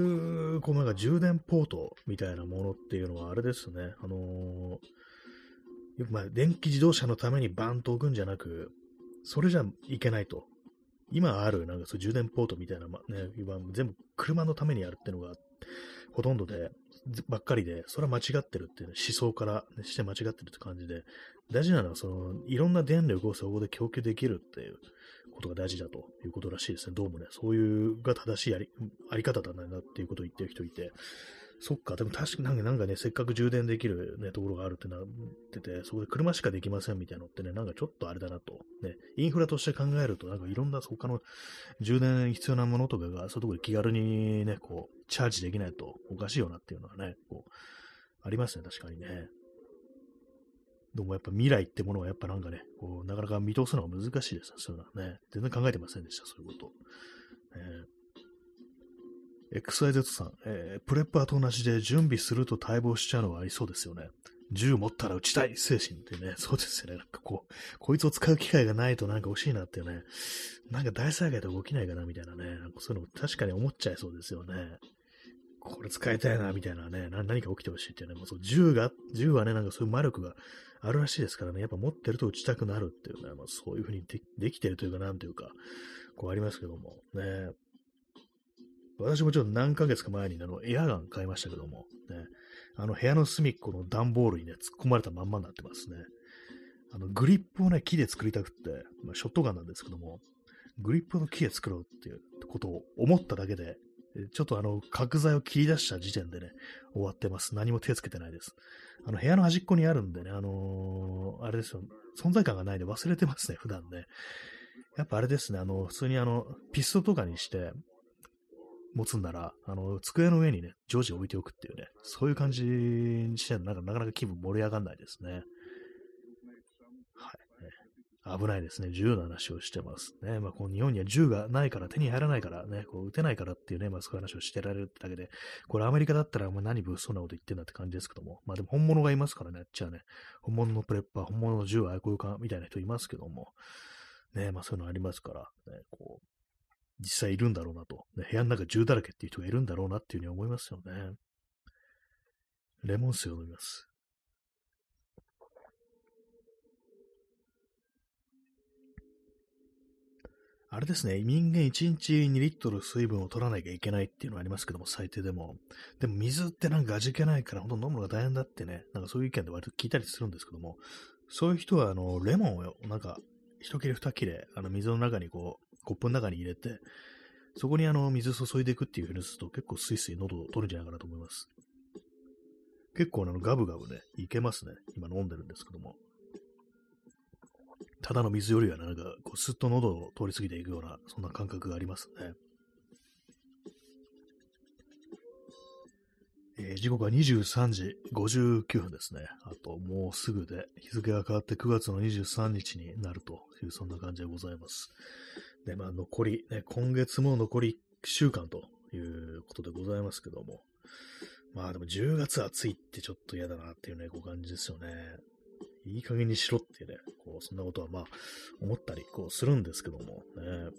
こうなんか充電ポートみたいなものっていうのはあれですね。あのーよくまあ電気自動車のためにバンと置くんじゃなく、それじゃいけないと。今あるなんかそういう充電ポートみたいな、まね、今全部車のためにやるっていうのがほとんどで、ばっかりで、それは間違ってるっていう、思想からして間違ってるって感じで、大事なのは、その、いろんな電力をそこで供給できるっていうことが大事だということらしいですね。どうもね、そういうが正しいありあり方だなっていうことを言ってる人いて、 そっか、でも確かになんかね、せっかく充電できるね、ところがあるってなってて、そこで車しかできませんみたいなのってね、なんかちょっとあれだなと。ね、インフラとして考えると、なんかいろんな他の充電必要なものとかが、そういうところで気軽にね、こう、チャージできないとおかしいよなっていうのはね、こう、ありますね、確かにね。どうもやっぱ未来ってものはやっぱなんかね、こう、なかなか見通すのが難しいですね、そういうのはね。全然考えてませんでした、そういうこと。えー エックスワイゼット さん、えープレッパーと同じで準備すると待望しちゃうのはありそうですよね。銃持ったら撃ちたい精神ってね、そうですよね。なんかこう、こいつを使う機会がないとなんか欲しいなっていうね、なんか大災害で起きないかなみたいなね、なんかそういうの確かに思っちゃいそうですよね。これ使いたいなみたいなね、な何か起きてほしいっていうね、もうそう銃が、銃はね、なんかそういう魔力があるらしいですからね、やっぱ持ってると撃ちたくなるっていうね、まあそういうふうにでできてるというか、なんというか、こうありますけども、ね。私もちょっと何ヶ月か前にあのエアガン買いましたけども、ね、あの部屋の隅っこの段ボールにね、突っ込まれたまんまになってますね。あのグリップをね、木で作りたくって、まあ、ショットガンなんですけども、グリップの木で作ろうっていうことを思っただけで、ちょっとあの角材を切り出した時点でね、終わってます。何も手つけてないです。あの部屋の端っこにあるんでね、あのーあれですよ、存在感がないんで忘れてますね、普段ね。やっぱあれですね、あの、普通にあの、ピストとかにして、持つんなら、あの、机の上にね、常時置いておくっていうね、そういう感じにしてなんかなかなか気分盛り上がんないですね。はい、ね。危ないですね。銃の話をしてますね。まあ、この日本には銃がないから、手に入らないからね、こう撃てないからっていうね、まあそういう話をしてられるってだけで、これアメリカだったら、まあ何物騒なこと言ってんだって感じですけども、まあでも本物がいますからね、あっちはね、本物のプレッパー、本物の銃愛好家みたいな人いますけども、ね、まあそういうのありますから、ね、こう、実際いるんだろうなと、ね、部屋の中銃だらけっていう人がいるんだろうなっていうふうに思いますよね。レモン水を飲みます。あれですね、人間いちにちにリットル水分を取らなきゃいけないっていうのはありますけども、最低でも。でも水ってなんか味気ないから、ほんと飲むのが大変だってね、なんかそういう意見で割と聞いたりするんですけども、そういう人は、あの、レモンをなんか、一切れ二切れ、あの、水の中にこう、コップの中に入れて、そこにあの、水注いでいくっていう風にすると、結構スイスイ喉を取るんじゃないかなと思います。結構あの、ガブガブね、いけますね。今飲んでるんですけども。ただの水よりはなんか、こう、スッと喉を通り過ぎていくような、そんな感覚がありますね。えー、時刻はにじゅうさんじごじゅうきゅうふんですね。あともうすぐで日付が変わってくがつのにじゅうさんにちになるという、そんな感じでございます。で、まあ残り、ね、今月も残りいっしゅうかんということでございますけども。まあでもじゅうがつ暑いってちょっと嫌だなっていうね、こう感じですよね。いい加減にしろっていうね、こう、そんなことはまあ思ったりこうするんですけどもね。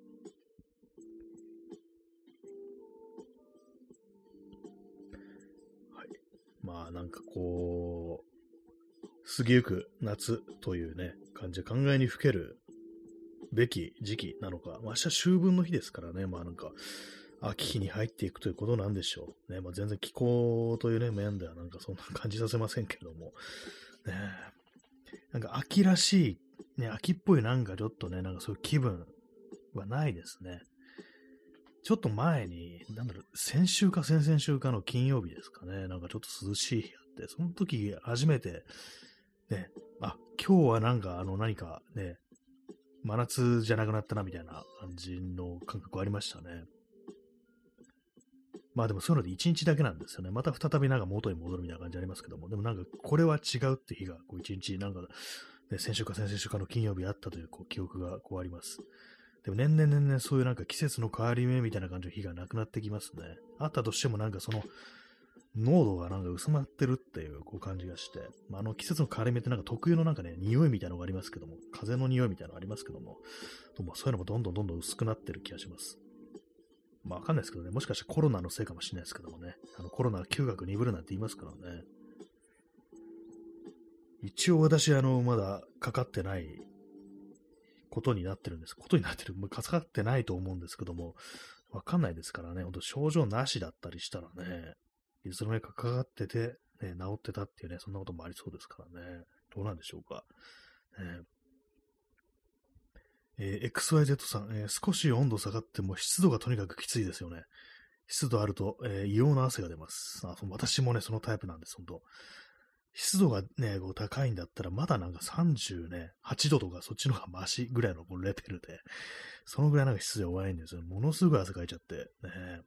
まあなんかこう、過ぎゆく夏というね、感じで考えにふけるべき時期なのか、まあ、明日秋分の日ですからね、まあなんか、秋日に入っていくということなんでしょう。ね、まあ全然気候というね、面ではなんかそんな感じさせませんけれども、ね、なんか秋らしい、ね、秋っぽいなんかちょっとね、なんかそういう気分はないですね。ちょっと前に、なんだろう、先週か先々週かの金曜日ですかね、なんかちょっと涼しい日あって、その時初めて、ね、あ、今日はなんかあの何かね、真夏じゃなくなったなみたいな感じの感覚ありましたね。まあでもそういうので一日だけなんですよね。また再びなんか元に戻るみたいな感じありますけども、でもなんかこれは違うって日がこう一日なんか、ね、先週か先々週かの金曜日あったというこう記憶がこうあります。でも年々年々そういうなんか季節の変わり目みたいな感じの日がなくなってきますね。あったとしてもなんかその濃度がなんか薄まってるっていうこう感じがして、まあ、あの季節の変わり目ってなんか特有のなんかね、匂いみたいなのがありますけども、風の匂いみたいなのがありますけども、どうもそういうのもどんどんどんどん薄くなってる気がします。まあわかんないですけどね、もしかしたらコロナのせいかもしれないですけどもね、あのコロナは嗅覚鈍るなんて言いますからね。一応私、あの、まだかかってないことになってるんです。ことになってる。かかってないと思うんですけども、わかんないですからね、ほんと症状なしだったりしたらね、いつの間にかかかってて、ね、治ってたっていうね、そんなこともありそうですからね。どうなんでしょうか。ねえー、エックスワイゼット さん、えー少し温度下がっても湿度がとにかくきついですよね。 湿度あると、えー異様な汗が出ます。あ、そう、私もね、そのタイプなんです、本当湿度がね、こう高いんだったら、まだなんかさんじゅうはちどとかそっちの方がマシぐらいのこうレベルで、そのぐらいなんか湿度弱いんですよ。ものすごい汗かいちゃって、ね。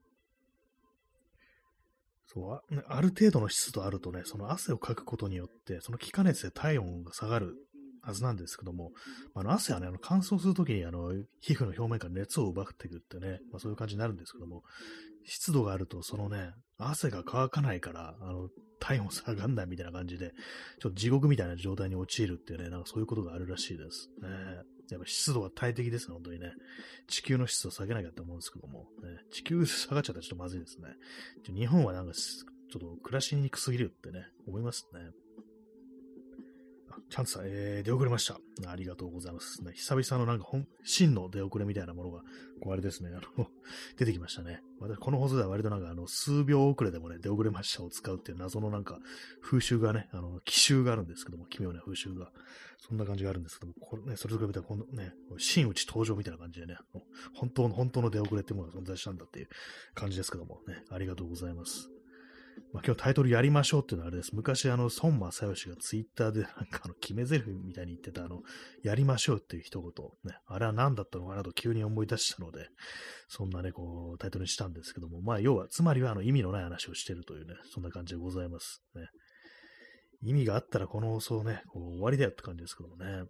そう、あ、ねある程度の湿度あるとね、その汗をかくことによって、その気化熱で体温が下がるはずなんですけども、あの汗はね、あの乾燥するときにあの皮膚の表面から熱を奪っていくってね、まあ、そういう感じになるんですけども、湿度があると、そのね、汗が乾かないから、あの、体温下がんないみたいな感じで、ちょっと地獄みたいな状態に陥るっていうね、なんかそういうことがあるらしいですね。やっぱ湿度は大敵ですね、本当にね。地球の湿度を下げなきゃと思うんですけども、ね、地球下がっちゃったらちょっとまずいですね。日本はなんか、ちょっと暮らしにくすぎるってね、思いますね。チャンツさん、えー、出遅れました。ありがとうございます。ね、久々のなんか本、真の出遅れみたいなものが、こうあれですね、あの、出てきましたね。私、この放送では割となんか、あの、数秒遅れでもね、出遅れましたを使うっていう謎のなんか、風習がね、あの、奇襲があるんですけども、奇妙な風習が。そんな感じがあるんですけども、これね、それと比べて、このね、真打ち登場みたいな感じでね、本当の、本当の出遅れってものが存在したんだっていう感じですけども、ね、ありがとうございます。まあ、今日タイトルやりましょうっていうのはあれです。昔あの、孫正義がツイッターでなんかあの、決め台詞みたいに言ってたあの、やりましょうっていう一言、ね、あれは何だったのかなと急に思い出したので、そんなね、こう、タイトルにしたんですけども、まあ、要は、つまりはあの、意味のない話をしてるというね、そんな感じでございます。ね。意味があったらこの放送ね、こう終わりだよって感じですけどもね。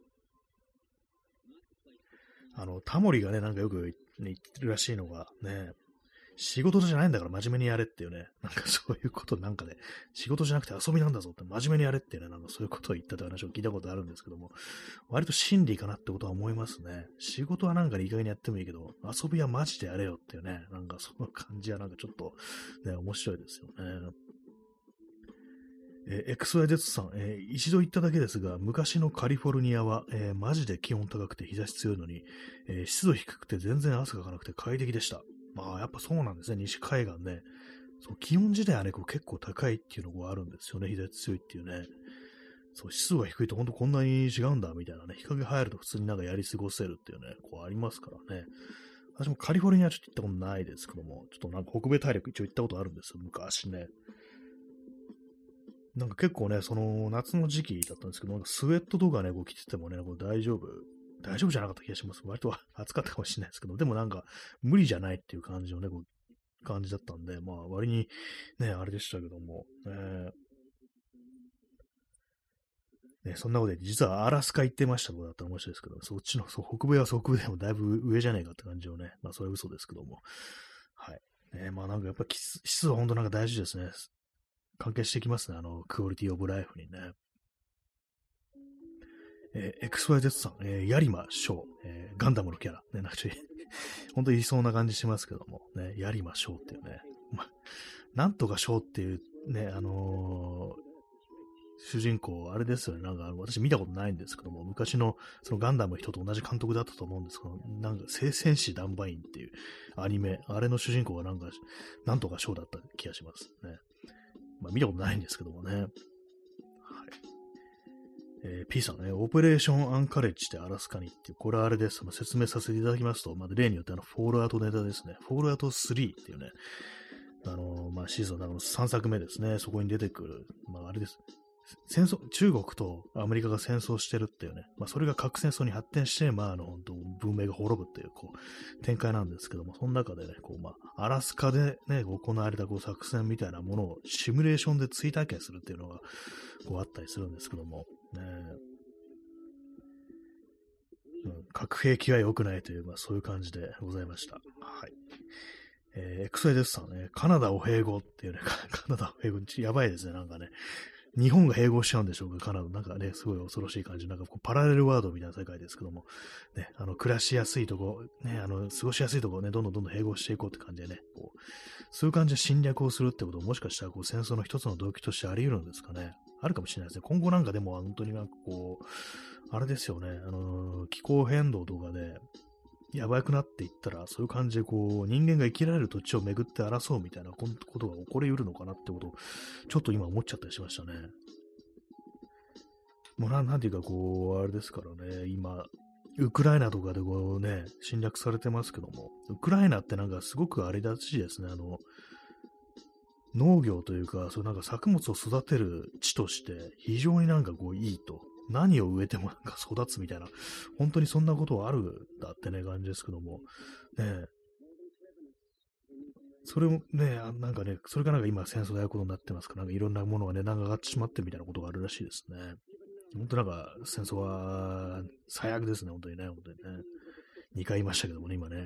あの、タモリがね、なんかよく、ね、言ってるらしいのが、ね、仕事じゃないんだから真面目にやれっていうね、なんかそういうことなんかね、仕事じゃなくて遊びなんだぞって真面目にやれっていうね、なんかそういうことを言ったという話を聞いたことあるんですけども、割と真理かなってことは思いますね。仕事はなんかいい加減にやってもいいけど、遊びはマジでやれよっていうね、なんかその感じはなんかちょっとね、面白いですよね。えー、エックスワイゼット さん、えー一度行っただけですが、昔のカリフォルニアは、えーマジで気温高くて日差し強いのに、えー湿度低くて全然汗かかなくて快適でした。まあ、やっぱそうなんですね。西海岸ね。そう気温自体はね、こう結構高いっていうのがあるんですよね。日差し強いっていうね。そう、湿度が低いと本当こんなに違うんだみたいなね。日陰入ると普通になんかやり過ごせるっていうね、こうありますからね。私もカリフォルニアはちょっと行ったことないですけども、ちょっとなんか北米大陸一応行ったことあるんですよ。昔ね。なんか結構ね、その夏の時期だったんですけど、なんかスウェットとかね、こう着ててもね、こう大丈夫、大丈夫じゃなかった気がします。割と暑かったかもしれないですけど、でもなんか無理じゃないっていう感じのね、こう感じだったんで、まあ割にね、あれでしたけども、ね、ね、そんなことで、実はアラスカ行ってましたとかだったら面白いですけど、そっちの、そう、北米は北米でもだいぶ上じゃねえかって感じをね、まあそれは嘘ですけども、はい。ね、まあなんかやっぱ湿度は本当なんか大事ですね。関係してきますね、あの、クオリティオブライフにね。えー、エックスワイゼット さん、えー、ヤリマショー、えー、ガンダムのキャラ、ね、なんかちょい本当にいそうな感じしますけども、ね、ヤリマショーっていうね、ま、なんとかショーっていうね、あのー主人公、あれですよね、なんか私見たことないんですけども、昔のそのガンダムの人と同じ監督だったと思うんですけど、なんか聖戦士ダンバインっていうアニメ、あれの主人公がなんか、なんとかショーだった気がしますね。まあ見たことないんですけどもね。はい。えー、P さんね、オペレーションアンカレッジでアラスカにっていう、これはあれです。まあ、説明させていただきますと、まあ、例によってあの、フォールアウトネタですね。フォールアウトスリーっていうね、あのー、まあ、シーズンの中のさんさくめですね。そこに出てくる、まあ、あれです。戦争、中国とアメリカが戦争してるっていうね、まあ、それが核戦争に発展して、まあ、あの、本当文明が滅ぶっていう、こう、展開なんですけども、その中でね、こう、まあ、アラスカでね、行われたこう作戦みたいなものをシミュレーションで追体験するっていうのが、こう、あったりするんですけども、ね、うん、核兵器は良くないという、まあ、そういう感じでございました。はい。えー、エックスワイゼット さんね、カナダを併合っていうね、カナダを併合、やばいですね、なんかね。日本が併合しちゃうんでしょうか、カナダ。なんかね、すごい恐ろしい感じ。なんかこうパラレルワードみたいな世界ですけども、ね、あの、暮らしやすいとこ、ね、あの、過ごしやすいとこをね、どんどんどんどん併合していこうって感じでね、こう、そういう感じで侵略をするってことももしかしたらこう戦争の一つの動機としてあり得るんですかね。あるかもしれないですね。今後なんかでも本当になんかこう、あれですよね、あの、気候変動とかで、やばくなっていったら、そういう感じでこう、人間が生きられる土地をめぐって争うみたいなことが起こり得るのかなってことを、ちょっと今思っちゃったりしましたね。もうな、なんていうかこう、あれですからね、今、 ウクライナとかでこうね、侵略されてますけども、ウクライナってなんかすごくあれらしいですね、あの、農業というか、そうなんか作物を育てる地として、非常になんかこういいと。何を植えてもなんか育つみたいな、本当にそんなことはあるんだってね、感じですけども、ね、それもね、あなんかね、それがなんか今戦争でやることになってますから、なんかいろんなものが値段が上がってしまってるみたいなことがあるらしいですね。本当なんか戦争は最悪ですね、本当にね、本当にね。にかい言いましたけどもね、今ね。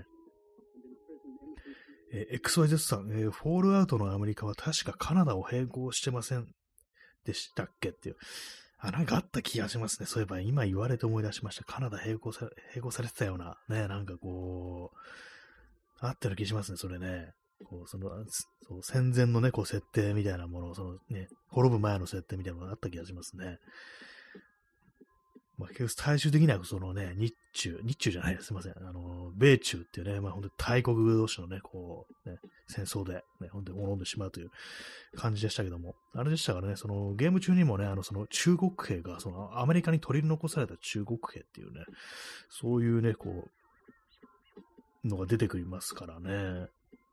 えー、エックスワイゼット さん、えー、フォールアウトのアメリカは確かカナダを併合してませんでしたっけっていう。あ、なんかあった気がしますね。そういえば今言われて思い出しました。カナダ併合さ併合されてたような、ね、なんかこう、あったような気がしますね、それね。こう、その、そう戦前のね、こう、設定みたいなものを、そのね、滅ぶ前の設定みたいなのがあった気がしますね。まあ、結局最終的にはそのね、日中、日中じゃないです、すいません。あの、米中っていうね、まあ本当に大国同士のね、こう、ね、戦争で、ね、本当に滅んでしまうという感じでしたけども、あれでしたからね、そのゲーム中にもね、あの、その中国兵が、そのアメリカに取り残された中国兵っていうね、そういうね、こう、のが出てくりますからね。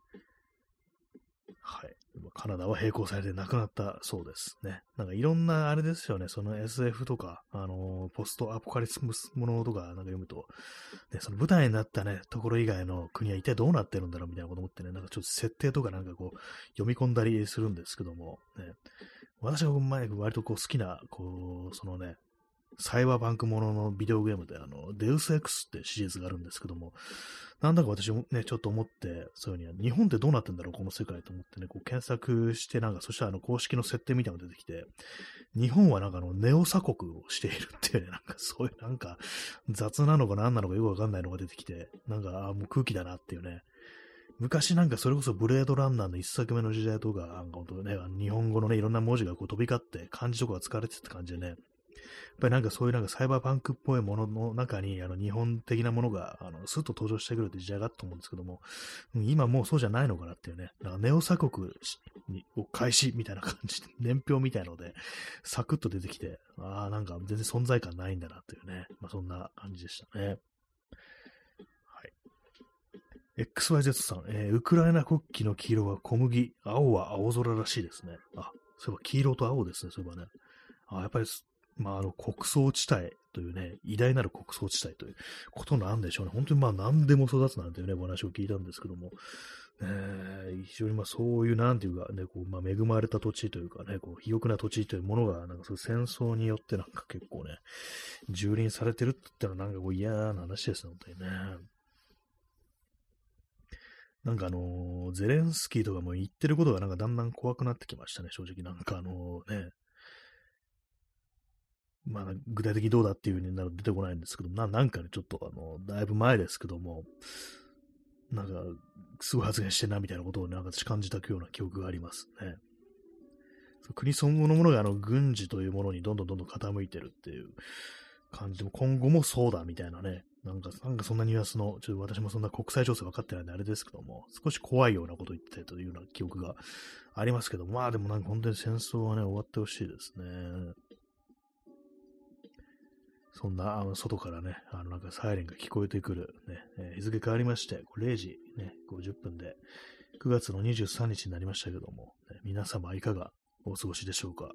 はい。カナダは並行されて亡くなったそうですね。なんかいろんなあれですよね、その エスエフ とか、あのー、ポストアポカリプスものとかなんか読むと、ね、その舞台になったね、ところ以外の国は一体どうなってるんだろうみたいなこと思ってね、なんかちょっと設定とかなんかこう、読み込んだりするんですけども、ね、私が前割とこう好きな、こう、そのね、サイバーバンクもののビデオゲームで、あの、デウス X ってシリーズがあるんですけども、なんだか私もね、ちょっと思って、そういうふうに、日本ってどうなってんだろう、この世界と思ってね、こう検索して、なんか、そしたらあの、公式の設定みたいなのが出てきて、日本はなんかあの、ネオ鎖国をしているっていうね、なんかそういうなんか、雑なのか何なのかよくわかんないのが出てきて、なんか、あもう空気だなっていうね、昔なんかそれこそブレードランナーの一作目の時代とか、なんか本当ね、日本語のね、いろんな文字がこう飛び交って漢字とかが使われてた感じでね、やっぱりなんかそういうなんかサイバーパンクっぽいものの中に、あの日本的なものが、あの、スッと登場してくるって時代があったと思うんですけども、今もうそうじゃないのかなっていうね、なんかネオ鎖国にを開始みたいな感じで、年表みたいので、サクッと出てきて、ああ、なんか全然存在感ないんだなっていうね、まあそんな感じでしたね。はい。エックスワイゼット さん、えー、ウクライナ国旗の黄色は小麦、青は青空らしいですね。あ、そういえば黄色と青ですね、そういえばね。あ、やっぱりまあ、あの、国葬地帯というね、偉大なる国葬地帯ということなんでしょうね。本当にまあ、何でも育つなんていうね、お話を聞いたんですけども、えー、非常にまあ、そういう、なんていうかね、こう、まあ、恵まれた土地というかね、こう、肥沃な土地というものが、なんかそういう戦争によってなんか結構ね、蹂躙されてるって言ったらなんかこう嫌な話ですね、本当にね。なんかあのー、ゼレンスキーとかも言ってることがなんかだんだん怖くなってきましたね、正直。なんかあのね、まあ、具体的にどうだっていう風になると出てこないんですけど、ななんかね、ちょっとあの、だいぶ前ですけども、なんか、すごい発言してんなみたいなことをね、なんか感じたような記憶がありますね。国そのものがあの軍事というものにどんどんどんどん傾いてるっていう感じでも、今後もそうだみたいなね、なんか、なんかそんなニュアンスの、ちょっと私もそんな国際情勢分かってないんであれですけども、少し怖いようなことを言ってたというような記憶がありますけど、まあでもなんか本当に戦争はね、終わってほしいですね。そんな、あの、外からね、あの、なんかサイレンが聞こえてくる、ね、えー日付変わりまして、れいじ、ね、ごじゅっぷんで、くがつのにじゅうさんにちになりましたけども、ね、皆様いかがお過ごしでしょうか。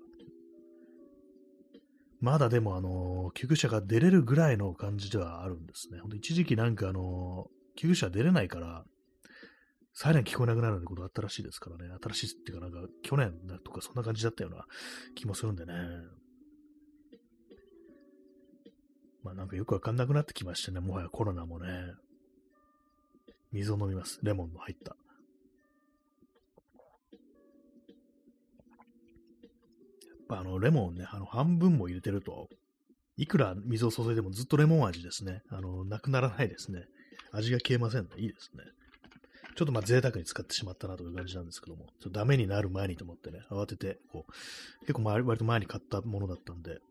まだでも、あのー救急車が出れるぐらいの感じではあるんですね。ほんと一時期なんかあのー救急車出れないから、サイレン聞こえなくなるってことあったらしいですからね。新しいっていうか、なんか、去年とかそんな感じだったような気もするんでね。まあなんかよくわかんなくなってきましたね。もはやコロナもね。水を飲みます。レモンの入った。やっぱあの、レモンね、あの、半分も入れてると、いくら水を注いでもずっとレモン味ですね。あの、なくならないですね。味が消えませんね。いいですね。ちょっとまあ贅沢に使ってしまったなという感じなんですけども、ちょっとダメになる前にと思ってね、慌てて、こう、結構割と前に買ったものだったんで、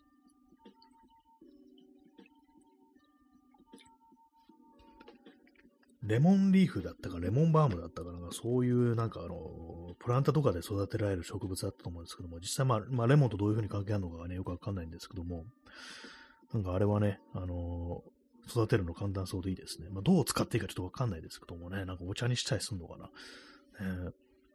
レモンリーフだったか、レモンバームだったかなんか、そういうなんかあの、プランタとかで育てられる植物だったと思うんですけども、実際まあ、まあ、レモンとどういう風に関係あるのかがね、よくわかんないんですけども、なんかあれはね、あの育てるの簡単そうでいいですね。まあ、どう使っていいかちょっとわかんないですけどもね、なんかお茶にしたりするのかな。えー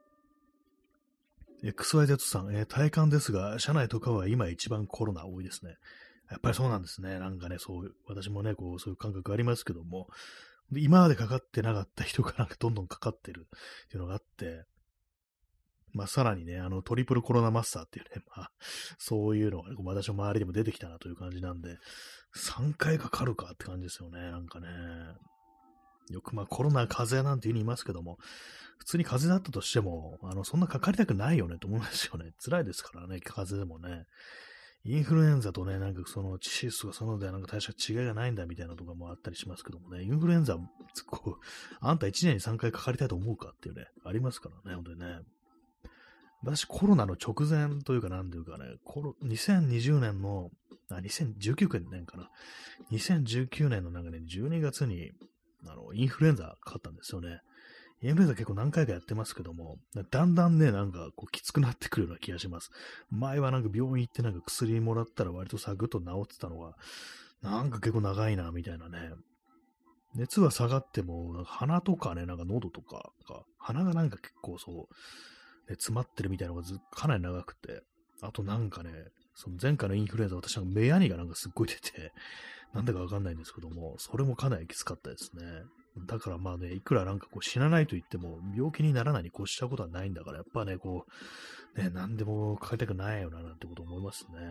エックスワイゼット さん、えー体感ですが、社内とかは今一番コロナ多いですね。やっぱりそうなんですね。なんかね、そう、私もね、こう、そういう感覚ありますけども、で今までかかってなかった人がなんかどんどんかかってるっていうのがあって、まあ、さらにね、あの、トリプルコロナマスターっていうね、まあ、そういうのが、ね、こう私の周りでも出てきたなという感じなんで、さんかいかかるかって感じですよね、なんかね。よくまあコロナ、風邪なんていうふうに言いますけども、普通に風邪だったとしても、あの、そんなかかりたくないよねと思うんですよね。辛いですからね、風邪でもね。インフルエンザとね、なんかその致死率とかそのではなんか大した違いがないんだみたいなとかもあったりしますけどもね、インフルエンザ、こう、あんたいちねんにさんかいかかりたいと思うかっていうね、ありますからね、本当にね。私、コロナの直前というか、なんていうかね、コロにせんにじゅうねんの、あ、にせんじゅうきゅうねんかな。にせんじゅうきゅうねんのなんかね、じゅうにがつに、あの、インフルエンザかかったんですよね。インフルエンザ結構何回かやってますけども、だんだんね、なんかこうきつくなってくるような気がします。前はなんか病院行ってなんか薬もらったら割とサクッと治ってたのが、なんか結構長いな、みたいなね。熱は下がっても、鼻とかね、なんか喉とかが、鼻がなんか結構そう、ね、詰まってるみたいなのがずかなり長くて、あとなんかね、その前回のインフルエンザ、私は目やにがなんかすっごい出て、なんだかわかんないんですけども、それもかなりきつかったですね。だからまあね、いくらなんかこう死なないと言っても、病気にならないに越したことはないんだから、やっぱね、こう、ね、何でもかかりたくないよな、なんてこと思いますね。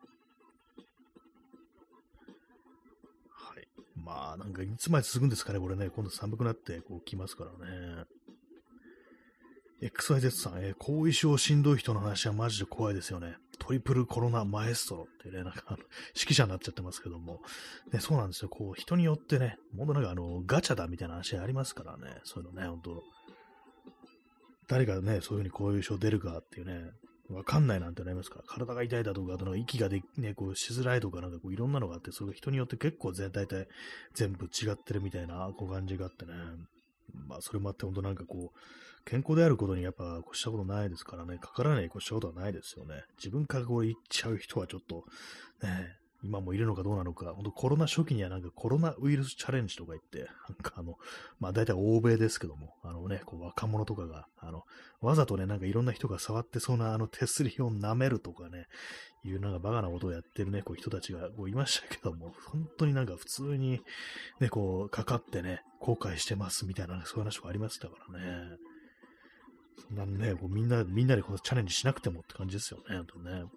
はい。まあ、なんかいつまで続くんですかね、これね、今度寒くなってこう来ますからね。エックスワイゼット さん、えー後遺症しんどい人の話はマジで怖いですよね。トリプルコロナマエストロってね、なんかあの指揮者になっちゃってますけども、ね、そうなんですよ。こう、人によってね、ほんとなんかあの、ガチャだみたいな話ありますからね、そういうのね、ほんと。誰がね、そういう風に後遺症出るかっていうね、わかんないなんてなりますから、体が痛いだとか、あとなんか息がで、ね、こうしづらいとか、なんかこういろんなのがあって、それが人によって結構全体体全部違ってるみたいな、こう感じがあってね、まあそれもあって、ほんとなんかこう、健康であることにやっぱ越したことないですからね、かからないに越したことはないですよね。自分からこう言っちゃう人はちょっと、ね、今もいるのかどうなのか、本当コロナ初期にはなんかコロナウイルスチャレンジとか言って、なんかあの、まあ大体欧米ですけども、あのね、こう若者とかが、あの、わざとね、なんかいろんな人が触ってそうなあの手すりを舐めるとかね、いうなんかバカなことをやってるね、こう人たちがこういましたけども、本当になんか普通にね、こうかかってね、後悔してますみたいな、そういう話がありましたからね。そんなね、こうみんな、みんなでこのチャレンジしなくてもって感じですよね、本当ね。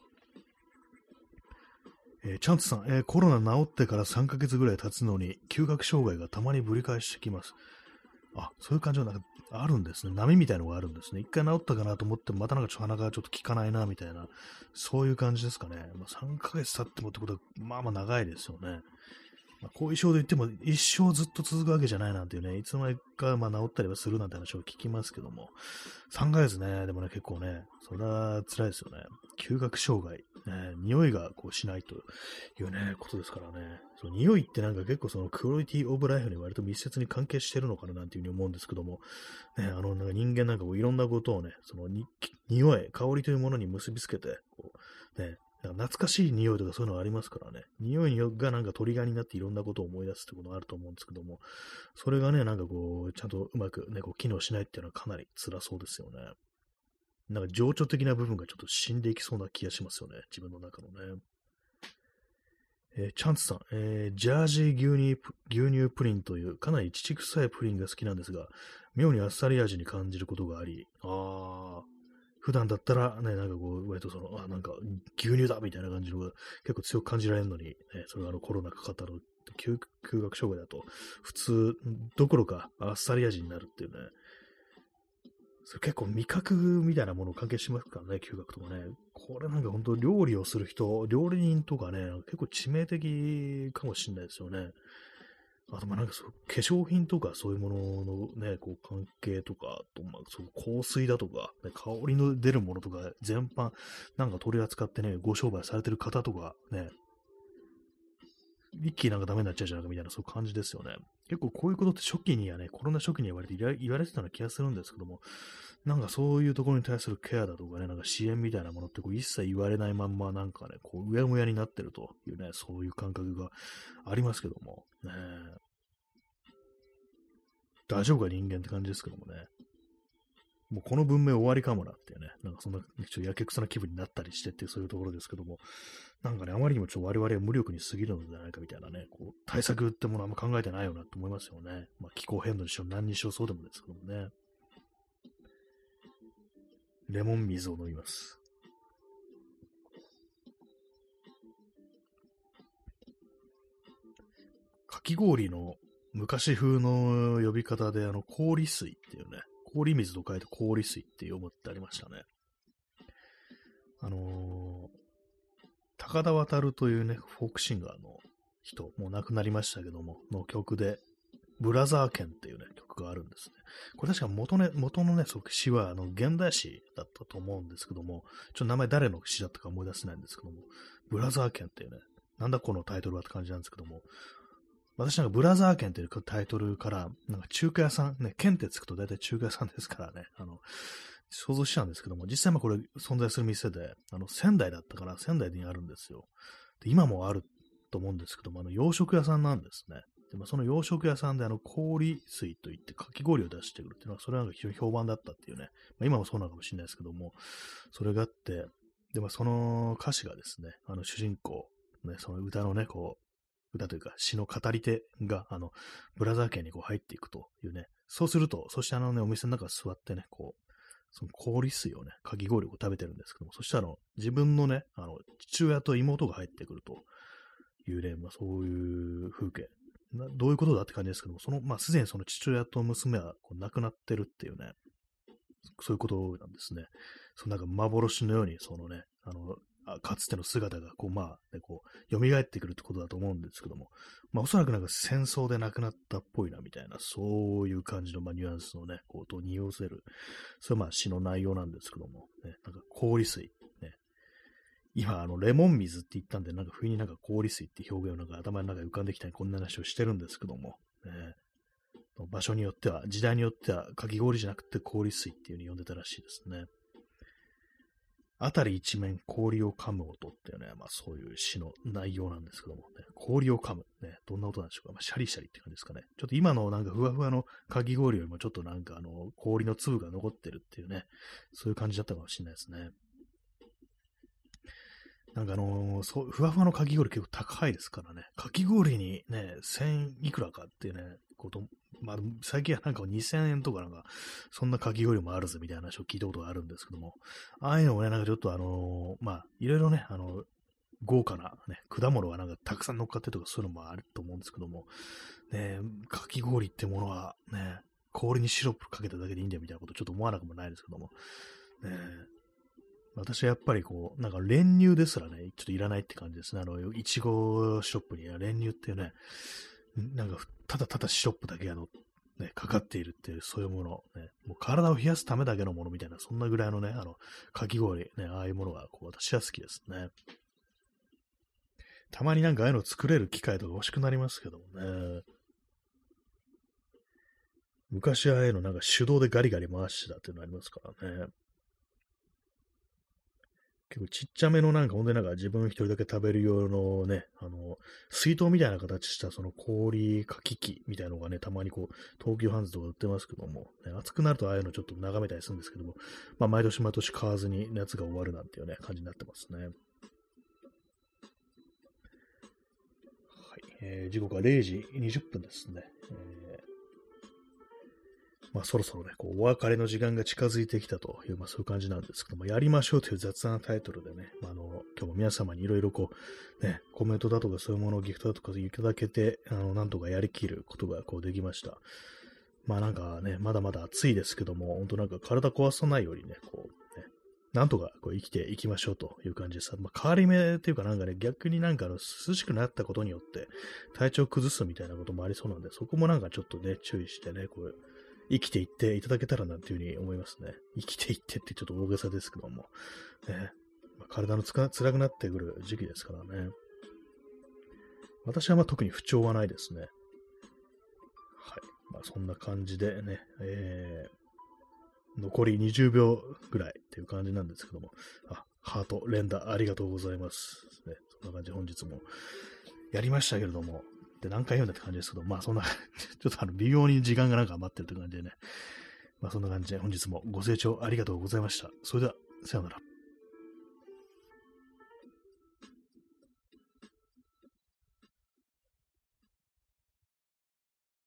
えーチャンツさん、えーコロナ治ってからさんかげつぐらい経つのに、嗅覚障害がたまにぶり返してきます。あ、そういう感じがなんかあるんですね。波みたいのがあるんですね。一回治ったかなと思っても、またなんかちょっと鼻がちょっと効かないな、みたいな、そういう感じですかね。まあ、さんかげつ経ってもってことは、まあまあ長いですよね。まあ、後遺症で言っても一生ずっと続くわけじゃないなんていうね、いつの間にかまあ治ったりはするなんて話を聞きますけども、さんかげつね、でもね、結構ね、それは辛いですよね。嗅覚障害、ね、匂いがこうしないというね、ことですからね、その匂いってなんか結構そのクオリティオブライフに割と密接に関係してるのかななんていうふうに思うんですけども、ね、あのなんか人間なんかこういろんなことをね、そのに匂い、香りというものに結びつけて、こうね、懐かしい匂いとかそういうのがありますからね。匂いがなんかトリガーになっていろんなことを思い出すってことがあると思うんですけども、それがね、なんかこう、ちゃんとうまくね、こう機能しないっていうのはかなり辛そうですよね。なんか情緒的な部分がちょっと死んでいきそうな気がしますよね。自分の中のね。えーチャンツさん、えージャージー牛乳プ牛乳プリンというかなり乳臭いプリンが好きなんですが、妙にあっさり味に感じることがあり、あー、普段だったらね、なんかこう、割とその、あ、なんか牛乳だみたいな感じのが結構強く感じられるのに、ね、それがあのコロナかかったの、嗅嗅覚障害だと、普通どころかあっさり味になるっていうね、それ結構味覚みたいなもの関係しますからね、嗅覚とかね。これなんか本当料理をする人、料理人とかね、結構致命的かもしれないですよね。あとまあなんかそう、化粧品とかそういうもののね、こう関係とか、あとまあそう香水だとか、ね、香りの出るものとか全般、なんか取り扱ってね、ご商売されてる方とかね、 一気になんかダメになっちゃうじゃないかみたいな、そういう感じですよね。結構こういうことって初期にはね、コロナ初期に言われて言われてたような気がするんですけども、なんかそういうところに対するケアだとかね、なんか支援みたいなものってこう一切言われないまんまなんかね、こううやむやになってるというね、そういう感覚がありますけども、ね、大丈夫か人間って感じですけどもね。もうこの文明終わりかもなっていうね、なんかそんな、ちょっとやけくそな気分になったりしてっていうそういうところですけども、なんかね、あまりにもちょっと我々は無力に過ぎるのではないかみたいなね、こう対策ってものはあんま考えてないよなと思いますよね。まあ気候変動にしろ何にしろそうでもですけどもね。レモン水を飲みます。かき氷の昔風の呼び方で、あの、氷水っていうね、氷水と書いて氷水って読むってありましたね。あのー、高田渡というね、フォークシンガーの人、もう亡くなりましたけども、の曲で、ブラザー剣っていうね、曲があるんですね。これ確か元ね、元のね、詩は、あの、現代詩だったと思うんですけども、ちょっと名前誰の詩だったか思い出せないんですけども、ブラザー剣っていうね、なんだこのタイトルはって感じなんですけども、私なんかブラザー剣っていうタイトルから、なんか中華屋さん、ね、剣ってつくと大体中華屋さんですからね、あの、想像しちゃうんですけども、実際まあこれ存在する店で、あの、仙台だったから仙台にあるんですよ。で今もあると思うんですけども、あの、洋食屋さんなんですね。でまあ、その洋食屋さんであの、氷水といってかき氷を出してくるっていうのは、それなんか非常に評判だったっていうね、まあ、今もそうなのかもしれないですけども、それがあって、で、まあ、その歌詞がですね、あの、主人公、ね、その歌のね、こう、歌というか詩の語り手が、あの、ブラザー家にこう入っていくというね、そうすると、そしてあのね、お店の中座ってね、こう、その氷水をね、かき氷を食べてるんですけども、そしたら自分のね、あの、父親と妹が入ってくるというね、まあそういう風景。などういうことだって感じですけども、その、まあすでにその父親と娘はこう亡くなってるっていうね、そういうことなんですね。そのなんか幻のように、そのね、あの、かつての姿が、こう、まあ、ね、こう、蘇ってくるってことだと思うんですけども、まあ、おそらくなんか戦争で亡くなったっぽいな、みたいな、そういう感じの、まあ、ニュアンスのね、ことを匂わせる、それはまあ、詩の内容なんですけども、ね、なんか氷水、ね、今、あの、レモン水って言ったんで、なんか不意になんか氷水って表現をなんか頭の中に浮かんできたり、こんな話をしてるんですけども、ね、場所によっては、時代によっては、かき氷じゃなくて氷水っていう風に呼んでたらしいですね。あたり一面氷を噛む音っていうね、まあそういう詩の内容なんですけどもね、氷を噛む。ね、どんな音なんでしょうか。まあ、シャリシャリって感じですかね。ちょっと今のなんかふわふわのかき氷よりもちょっとなんかあの、氷の粒が残ってるっていうね、そういう感じだったかもしれないですね。なんかあのー、そう、ふわふわのかき氷結構高いですからね。かき氷にね、千いくらかっていうね、こと、まあ、最近はなんかにせんえんとかなんか、そんなかき氷もあるぜみたいな話を聞いたことがあるんですけども、ああいうのもね、なんかちょっとあのー、まあ、いろいろね、あの、豪華なね、果物がなんかたくさん乗っかってるとかそういうのもあると思うんですけども、ね、かき氷ってものはね、氷にシロップかけただけでいいんだよみたいなことちょっと思わなくもないですけども、ね、私はやっぱりこう、なんか練乳ですらね、ちょっといらないって感じですね。あの、いちごショップには練乳っていうね、なんかただただシロップだけあの、ね、かかっているっていう、そういうもの、ね、もう体を冷やすためだけのものみたいな、そんなぐらいのね、あの、かき氷、ね、ああいうものがこう私は好きですね。たまになんかああいうの作れる機会とか欲しくなりますけどもね。昔はああいうのなんか手動でガリガリ回してたっていうのありますからね。結構ちっちゃめのなんか、ほんでなんか自分一人だけ食べる用のね、あの、水筒みたいな形したその氷かき機みたいなのがね、たまにこう、東急ハンズとか売ってますけども、ね、暑くなるとああいうのちょっと眺めたりするんですけども、まあ毎年毎年買わずに夏が終わるなんていうね、感じになってますね。はい、えー、時刻はれいじにじゅっぷんですね。えーまあ、そろそろね、こう、お別れの時間が近づいてきたという、まあ、そういう感じなんですけども、やりましょうという雑なタイトルでね、まあ、あの、今日も皆様にいろいろこう、ね、コメントだとかそういうものをギフトだとかいただけて、あの、なんとかやりきることがこうできました。まあなんかね、まだまだ暑いですけども、本当なんか体壊さないようにね、こう、ね、なんとかこう生きていきましょうという感じです。まあ、変わり目っていうかなんかね、逆になんかあの涼しくなったことによって体調崩すみたいなこともありそうなんで、そこもなんかちょっとね、注意してね、こう、生きていっていただけたらなっていうふうに思いますね。生きていってってちょっと大げさですけども。ね、まあ、体のつか辛くなってくる時期ですからね。 私はまあ特に不調はないですね。はい。まあそんな感じでね、えー、残りにじゅうびょうぐらいっていう感じなんですけども、あ、ハート、連打ありがとうございます。ね、そんな感じで本日もやりましたけれども、で何回言うんだって感じですけど、まあそんな、ちょっとあの微妙に時間がなんか余ってるという感じでね、まあそんな感じで本日もご清聴ありがとうございました。それでは、さようなら。